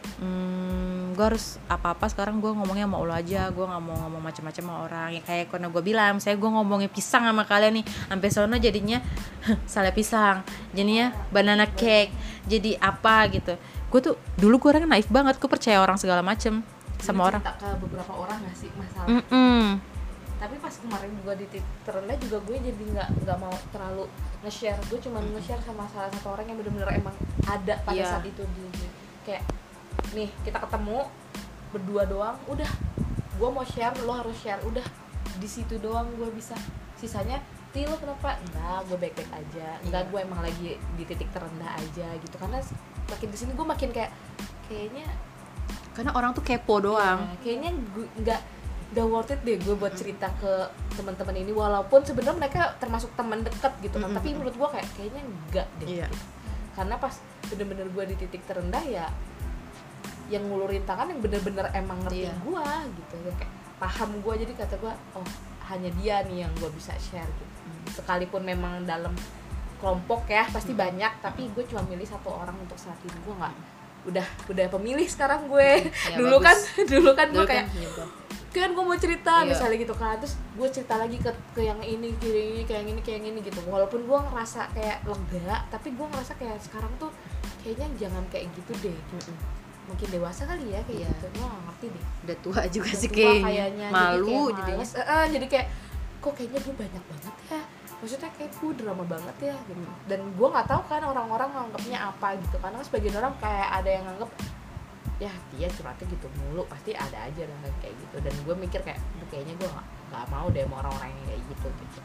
hmm, gue harus apa-apa sekarang gue ngomongnya sama Allah aja, gue nggak mau ngomong macam-macam sama orang. Ya kayak karena gue bilang, saya gue ngomongnya pisang sama kalian nih, sampai sono jadinya salah pisang, jadinya banana cake, jadi apa gitu. Gue tuh dulu gue orangnya naif banget, gue percaya orang segala macem sama orang. Cerita ke beberapa orang nggak sih masalah? Mm-mm. Tapi pas kemarin gue di titik terendah juga gue jadi nggak nggak mau terlalu nge-share. Gue cuma nge-share sama salah satu orang yang benar-benar emang ada pada yeah. saat itu di, di kayak nih kita ketemu berdua doang, udah gue mau share, lo harus share, udah di situ doang gue bisa. Sisanya Ti lo kenapa? Enggak, gue baik-baik aja. Enggak, gue emang lagi di titik terendah aja gitu. Karena makin kesini gue makin kayak kayaknya karena orang tuh kepo doang. Ya, kayaknya gue nggak udah worth it deh gue buat cerita ke teman-teman ini, walaupun sebenarnya mereka termasuk teman dekat gitu kan. Mm-hmm. Tapi menurut gue kayak kayaknya enggak deh. Yeah. Gitu. Karena pas bener-bener gue di titik terendah ya, yang ngulurin tangan yang bener-bener emang ngerti yeah. gue gitu, yang kayak paham gue. Jadi kata gue, oh hanya dia nih yang gue bisa share gitu. Sekalipun memang dalam kelompok ya pasti hmm. banyak, tapi gue cuma milih satu orang untuk saat ini. Gue nggak udah udah pemilih sekarang gue. Ya, dulu bagus. kan dulu kan dulu gue kayak kan, kan gue mau cerita iya. misalnya gitu kan, terus gue cerita lagi ke ke yang ini kayak ini kayak yang ini kayak yang ini gitu. Walaupun gue ngerasa kayak lega, tapi gue ngerasa kayak sekarang tuh kayaknya jangan kayak gitu deh. Hmm. Mungkin dewasa kali ya kayak yeah. gitu. Gue nggak ngerti deh. Udah tua juga udah sih tua kayaknya. kayaknya. Malu jadi kayak jadi. Uh, uh, jadi kayak kok kayaknya gue banyak banget ya. Maksudnya kayak gue drama banget ya gitu. Dan gue nggak tahu kan orang-orang nganggapnya apa gitu. Karena kan sebagian orang kayak ada yang nganggep ya dia curhatnya gitu mulu, pasti ada aja lah kayak gitu. Dan gue mikir kayak kayaknya gue nggak nggak mau deh sama orang-orang yang kayak gitu gitu.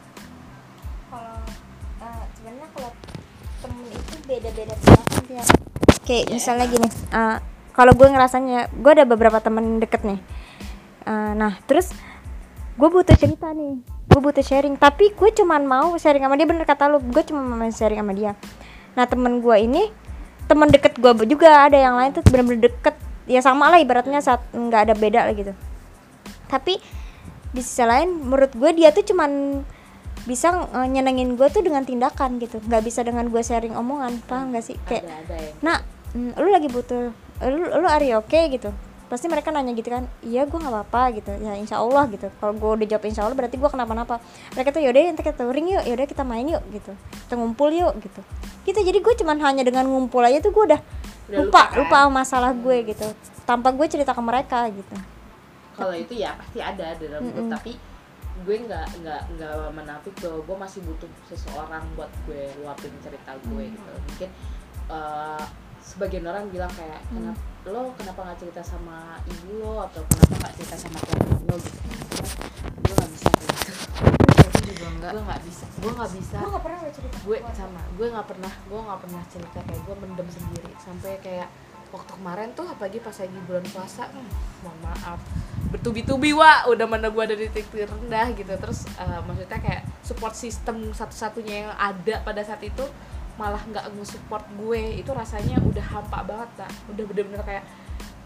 Kalau uh, sebenarnya kalau temen itu beda-beda banget ya. Kayak yeah, misalnya emang. gini, uh, kalau gue ngerasanya gue ada beberapa temen deket nih. Uh, nah terus gue butuh cerita nih, gue butuh sharing, tapi gue cuman mau sharing sama dia, bener kata lu, gue cuma mau sharing sama dia. Nah temen gue ini temen deket gue juga, ada yang lain tuh bener-bener deket, ya sama lah ibaratnya, saat nggak ada beda lah gitu. Tapi di sisi lain menurut gue dia tuh cuman bisa uh, nyenengin gue tuh dengan tindakan gitu, nggak bisa dengan gue sharing omongan, paham nggak sih? Kayak, ada, ada ya. Nah mm, lu lagi butuh, lu lu are you okay gitu. Pasti mereka nanya gitu kan, iya gue nggak apa-apa gitu, ya insya Allah gitu. Kalau gue udah jawab insya Allah berarti gue kenapa-napa. Mereka tuh yaudah nanti kita touring yuk, yaudah kita main yuk gitu, kita ngumpul yuk gitu. Gitu jadi gue cuman hanya dengan ngumpul aja tuh gue udah, udah lupa lupa, kan? lupa masalah gue gitu, tanpa gue cerita ke mereka gitu. Kalau itu ya pasti ada dalam hidup, tapi gue nggak nggak nggak menafik bahwa gue masih butuh seseorang buat gue luapin cerita gue mm. gitu. Mungkin uh, sebagian orang bilang kayak mm. kenapa lo kenapa nggak cerita sama ibu lo atau kenapa nggak cerita sama keluarga lo gitu. Gue nggak bisa gitu. Juga enggak. Gue nggak bisa. Gue nggak bisa. Gue nggak pernah cerita. Gue sama. Gue nggak pernah. Gue nggak pernah cerita, kayak gue mendem sendiri sampai kayak waktu kemarin tuh, apalagi pas lagi bulan puasa, hmm, mohon maaf, bertubi-tubi wah, udah mana gue ada di titik rendah gitu. Terus uh, maksudnya kayak support system satu-satunya yang ada pada saat itu malah nggak nge-support gue, itu rasanya udah hampa banget lah, udah bener-bener kayak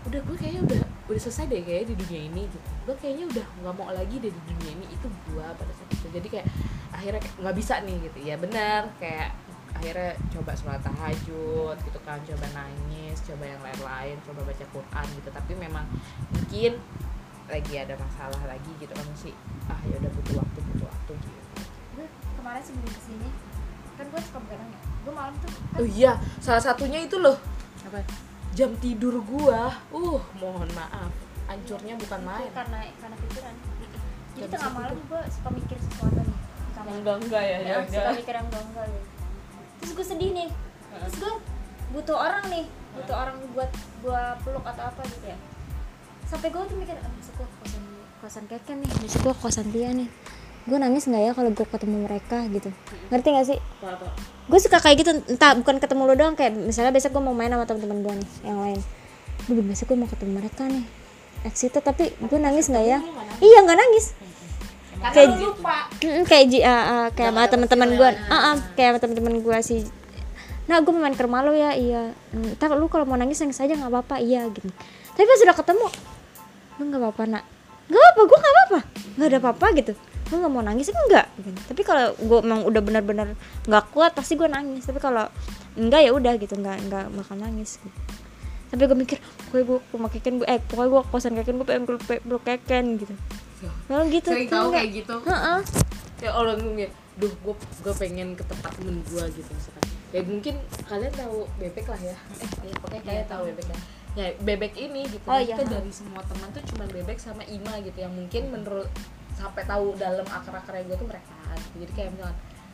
udah gue kayaknya udah udah selesai deh kayaknya di dunia ini gitu, gue kayaknya udah nggak mau lagi deh di dunia ini, itu gue pada saat itu. Jadi kayak akhirnya nggak bisa nih gitu ya, benar kayak akhirnya coba sholat tahajud gitu kan, coba nangis, coba yang lain-lain, coba baca Quran gitu, tapi memang mungkin lagi ada masalah lagi gitu kan, sih ah ya udah butuh waktu butuh waktu gitu. Gue kemarin sebelum kesini kan gue suka begadang ya, gue malam tuh kan, Oh iya, salah satunya itu loh Apa? jam tidur gua, uh mohon maaf, hancurnya bukan itu main. karena karena pikiran. Jadi Gak tengah bisa malam gue suka mikir sesuatu nih di kamar. enggak enggak ya, Ya, ya, suka ya. mikir yang enggak-enggak gitu. Terus gue sedih nih, terus gue butuh orang nih, butuh orang buat gue peluk atau apa gitu ya. Sampai gue tuh mikir, ah, besok gue kosan kosan Keken nih, besok gue kosan dia nih. Gue nangis nggak ya kalau gue ketemu mereka gitu, ngerti nggak sih? Gue suka kayak gitu, entah bukan ketemu lo doang, kayak misalnya besok gue mau main sama teman-teman gue nih yang lain. Duh, besok gue mau ketemu mereka nih, excited, tapi gue nangis nggak ya? Iya, nggak nangis. Karena Kayak lu lupa. Mm, kayak ji- ah, ah, kayak sama teman-teman gue, ah ah, kayak sama teman-teman gue sih. Nah, gue main ke rumah lo ya, iya. Ntar lu kalau mau nangis nangis aja nggak apa-apa, iya gitu. Tapi pas udah ketemu, lu nggak apa-apa nak, nggak apa, gue nggak apa-apa, nggak ada apa-apa gitu. Lu nggak mau nangis enggak? Gitu. Tapi kalau gue emang udah benar-benar nggak kuat, pasti gue nangis. Tapi kalau enggak ya udah gitu, nggak nggak bakal nangis. Gitu. Tapi gue mikir, pokoknya gue sama Keken, gue eh pokoknya gue kosan Keken, gue pengen peluk peluk Keken gitu. Nah, gitu. Sering tahu enggak. kayak gitu. Heeh. Ya Allah ngomongnya, duh gue gue pengen ke tempat temen gue gitu misalkan. Ya mungkin kalian tahu bebek lah ya. Eh, iya, pokoknya kalian tahu bebek ya. Ya bebek ini gitu. Oh, Kita iya. dari semua teman tuh cuma bebek sama Ima gitu yang mungkin menurut sampai tahu dalam akar-akarnya gue tuh mereka gitu. Jadi kayak misalkan,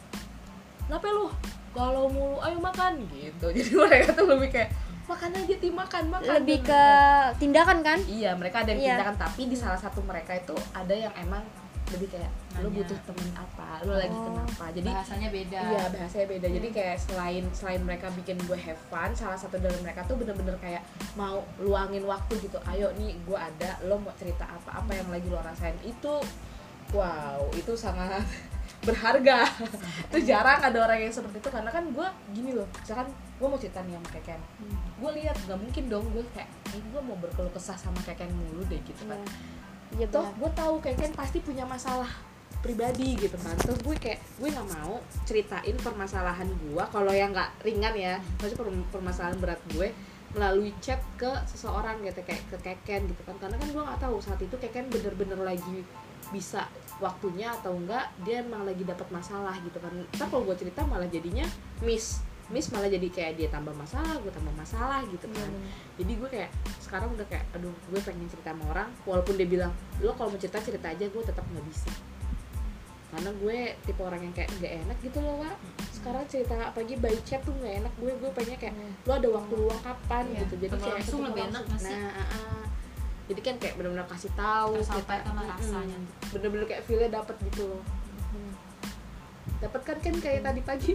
kenapa lu galau mulu, ayo makan gitu. Jadi mereka tuh lebih kayak makan aja, Ti, makan makan. Lebih ke tindakan kan? Iya, mereka ada yang Iya. tindakan, tapi di salah satu mereka itu ada yang emang lebih kayak lu Nanya. butuh temen apa, lu lagi Oh. kenapa. Jadi Bahasanya beda. iya, bahasanya beda. Jadi kayak selain selain mereka bikin gue have fun, salah satu dari mereka tuh bener-bener kayak mau luangin waktu gitu. Ayo nih, gue ada, lo mau cerita apa, apa yang lagi lo rasain. Itu wow, itu sangat berharga. Itu jarang ada orang yang seperti itu, karena kan gue gini loh, misalkan gue mau cerita nih sama Keken, gue lihat gak mungkin dong gue kayak eh, gue mau berkeluh kesah sama Keken mulu deh gitu kan. Iya Toh benar. gue tahu Keken pasti punya masalah pribadi gitu kan, terus gue kayak gue nggak mau ceritain permasalahan gue kalau yang nggak ringan ya, maksudnya per- permasalahan berat gue melalui chat ke seseorang gitu, kayak ke Keken gitu kan, karena kan gue nggak tahu saat itu Keken bener-bener lagi bisa waktunya atau enggak, dia emang lagi dapat masalah gitu kan. Ntar kalau gue cerita malah jadinya miss miss malah jadi kayak dia tambah masalah, gue tambah masalah gitu kan. Jadi gue kayak sekarang udah kayak aduh, gue pengen cerita sama orang walaupun dia bilang lo kalau mau cerita cerita aja, gue tetap nggak bisa, karena gue tipe orang yang kayak nggak enak gitu loh, Wak. Sekarang cerita apalagi by chat tuh nggak enak, gue gue pengen kayak lo ada waktu luang kapan Iya, gitu. Jadi ketemu kayak langsung ketemu lebih enak langsung. nggak sih? Nah, ah, ah. Jadi kan kayak benar-benar kasih tahu, Tersampaikan lah mm-mm. rasanya. Bener-bener kayak feel-nya dapet gitu loh. Dapat kan kan kayak tadi pagi.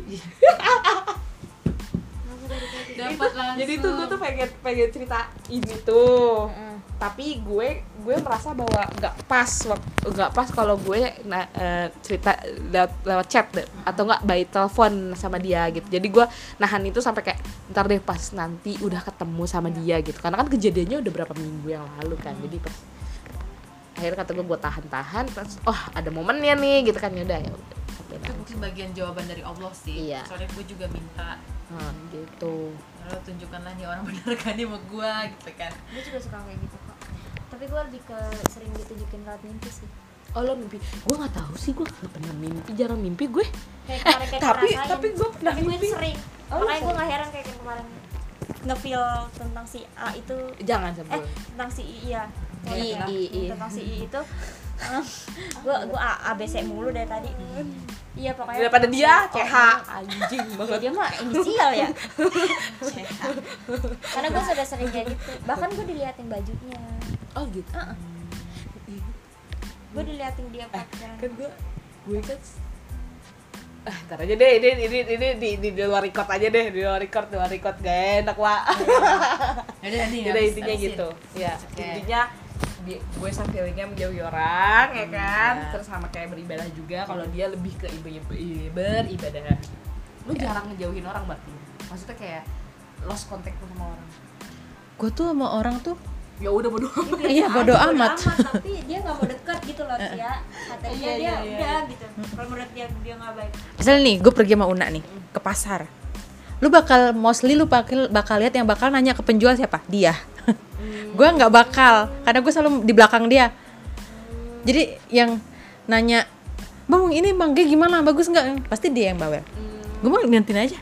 Dapat langsung. Jadi tuh gue tuh pengen pengen cerita ini tuh. Heeh. Tapi gue gue merasa bahwa nggak pas waktu nggak pas kalau gue na, eh, cerita lewat, lewat chat deh, atau nggak by telepon sama dia gitu. Jadi gue nahan itu sampai kayak ntar deh pas nanti udah ketemu sama dia gitu, karena kan kejadiannya udah berapa minggu yang lalu kan. Jadi pas akhirnya kata gue gue tahan-tahan, terus oh ada momennya nih gitu kan, ya udah ya udah. Itu mungkin bagian jawaban dari Allah sih. Iya. Soalnya gue juga minta, Nah, gitu. lo tunjukkanlah nih orang bener kan nih sama gue gitu kan. Gue juga suka kayak gitu kok. Tapi gue lebih ke sering ditunjukin lewat mimpi sih. Oh lo mimpi? Gue nggak tahu sih, gue nggak pernah mimpi, jarang mimpi gue. Kayak Eh, kemarin kayak tapi ngerasain. tapi gue pernah Tapi gue mimpi. sering. Oh, Makanya gue sering. nggak heran kayak kemarin nge-feel tentang si A itu, Jangan eh sebelum. tentang si I ya. I, Tentang- I, I. Tentang si I itu. Gue gue A B C mulu dari tadi. Iya pokoknya. Daripada dia Oh, C H anjing Ya, banget. dia mah inisial ya. Karena gue sudah sering kayak gitu. Bahkan gue diliatin bajunya. Oh gitu. Gue diliatin dia pacaran. Kan gue gue kan ah, ntar aja deh, ini ini ini di, di, di luar record aja deh, di luar record, di luar record gak enak, Wak. Yaudah nih. Jadi habis- intinya habisin. gitu. Ya, Oke. intinya di- gue sama feelingnya menjauhi orang, ya Hmm, kan. ya. Terus sama kayak beribadah juga. Kalau dia lebih ke ibadah, beribadah. Lu jarang ngejauhin orang berarti. Maksudnya kayak lost contact lu sama orang. Gue tuh sama orang tuh ya udah bodo amat. Iya, bodo aja, amat. tapi dia nggak mau dekat gitu loh Cia. Katanya Iya, dia iya, iya. udah gitu kalau menurut dia dia nggak baik. Misalnya nih, gue pergi sama Una nih ke pasar. Lu bakal mostly lu bakal bakal lihat yang bakal nanya ke penjual siapa? Dia. Gue nggak bakal, karena gue selalu di belakang dia. Jadi yang nanya, "Bang, ini mangga gimana? Bagus nggak?" Pasti dia yang bawel. Gue mau nantiin aja.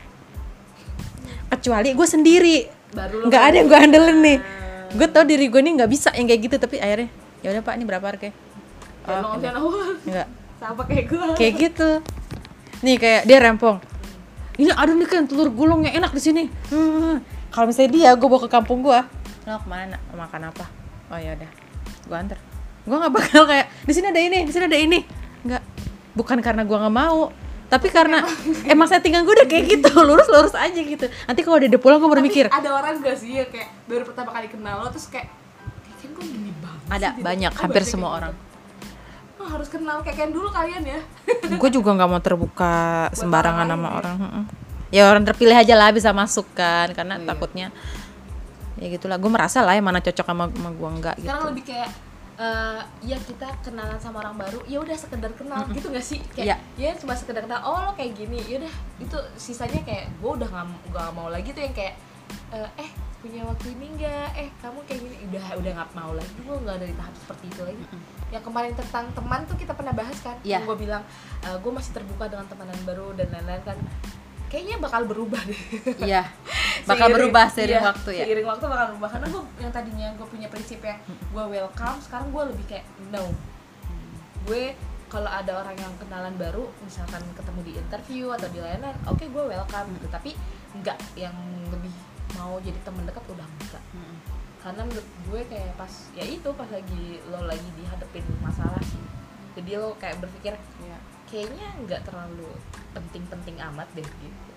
Kecuali gue sendiri, Baru lo nggak ada yang gue handelin nih. Gue tau diri gue nih nggak bisa yang kayak gitu, tapi akhirnya ya udah Pak, ini berapa harganya? jangan Oh, jangan awal. enggak. Sama kayak gue. Kayak gitu. Nih kayak dia rempong. Ini ada nih kan telur gulung yang enak di sini. Hmm. Kalau misalnya dia, gue bawa ke kampung gue. Lo kemana? Nak? Mau makan apa? Oh ya udah, gue anter. Gue nggak bakal kayak di sini ada ini, di sini ada ini. Enggak. Bukan karena gue nggak mau, tapi karena emang settingan gue udah kayak gitu, lurus-lurus aja gitu. Nanti kalau dia udah pulang gue baru Tapi mikir. ada orang gak sih ya kayak baru pertama kali kenal lo terus kayak kan gue gini banget Ada sih, banyak, gitu. Oh, hampir banyak semua kayak orang. gitu. Oh, harus kenal kayak kayak dulu kalian ya. Gue juga nggak mau terbuka sembarangan orang sama lain, orang. Mm-mm. Ya orang terpilih aja lah bisa masuk kan, karena Oh, iya. takutnya ya gitulah. Gue merasa lah yang mana cocok sama, sama gue enggak gitu. Sekarang lebih kayak eh ya kita kenalan sama orang baru ya udah sekedar kenal gitu gak sih kayak ya cuma sekedar kenal oh lo kayak gini ya udah itu sisanya kayak gue udah nggak nggak mau lagi tuh yang kayak eh, eh punya waktu ini enggak eh kamu kayak gini udah udah nggak mau lagi gue nggak dari tahap seperti itu lagi. Yang kemarin tentang teman tuh kita pernah bahas kan Iya. gue bilang gue masih terbuka dengan teman baru dan lain-lain kan kayaknya bakal berubah deh. Iya, bakal Seiring- berubah seiring iya, waktu ya. Seiring waktu bakal berubah karena gue yang tadinya gue punya prinsip yang gue welcome, sekarang gue lebih kayak no. Gue kalau ada orang yang kenalan baru, misalkan ketemu di interview atau di lain-lain, oke gue welcome gitu. Tapi enggak yang lebih mau jadi teman dekat udah enggak. Karena menurut gue kayak pas ya itu pas lagi lo lagi dihadapin masalah sih. Jadi lo kayak berpikir kayaknya nggak terlalu penting-penting amat deh gitu.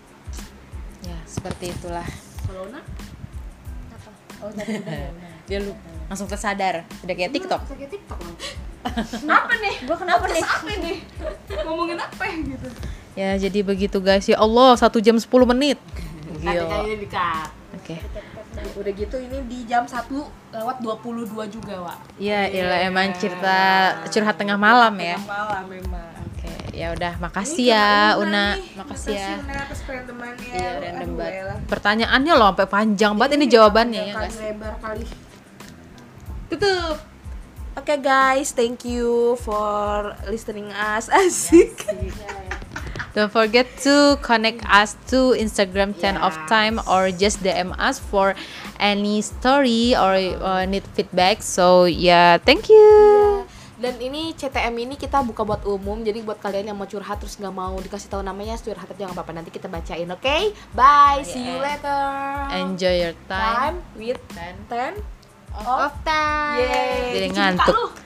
Ya, seperti itulah. Kalau nak, Apa? oh tadi udah ya. udah. Dia lu langsung tersadar, udah kayak TikTok. Udah, kayak TikTok loh. Kenapa nih? Gua kenapa nih? Apa nih? Ngomongin apa gitu? Ya, jadi begitu guys. Ya Allah, satu jam sepuluh menit. Nanti Gila. kayaknya di-cut. Oke. Udah gitu ini di jam satu lewat dua puluh dua juga, Wak. Ya, iyalah emang cerita curhat tengah malam ya. Tengah malam memang. Oke, ya udah, makasih Ini ya karena Una, nih. makasih ya. Una atas randomannya. Iya, random Aduh, banget. elah. Pertanyaannya loh sampai panjang banget ini jawabannya ya, Kali guys. lebar kali. Tutup. Oke guys, thank you for listening us. Asik. Don't forget to connect us to Instagram ten of time or just D M us for any story or uh, need feedback. So yeah, thank you. Dan ini C T M ini kita buka buat umum, jadi buat kalian yang mau curhat terus nggak mau dikasih tahu namanya, curhat aja nggak apa-apa, nanti kita bacain, oke? Bye, see you Yeah. later. Enjoy your time. Time with Dan ten of time. Yeay. Jadi Cinta ngantuk. lu.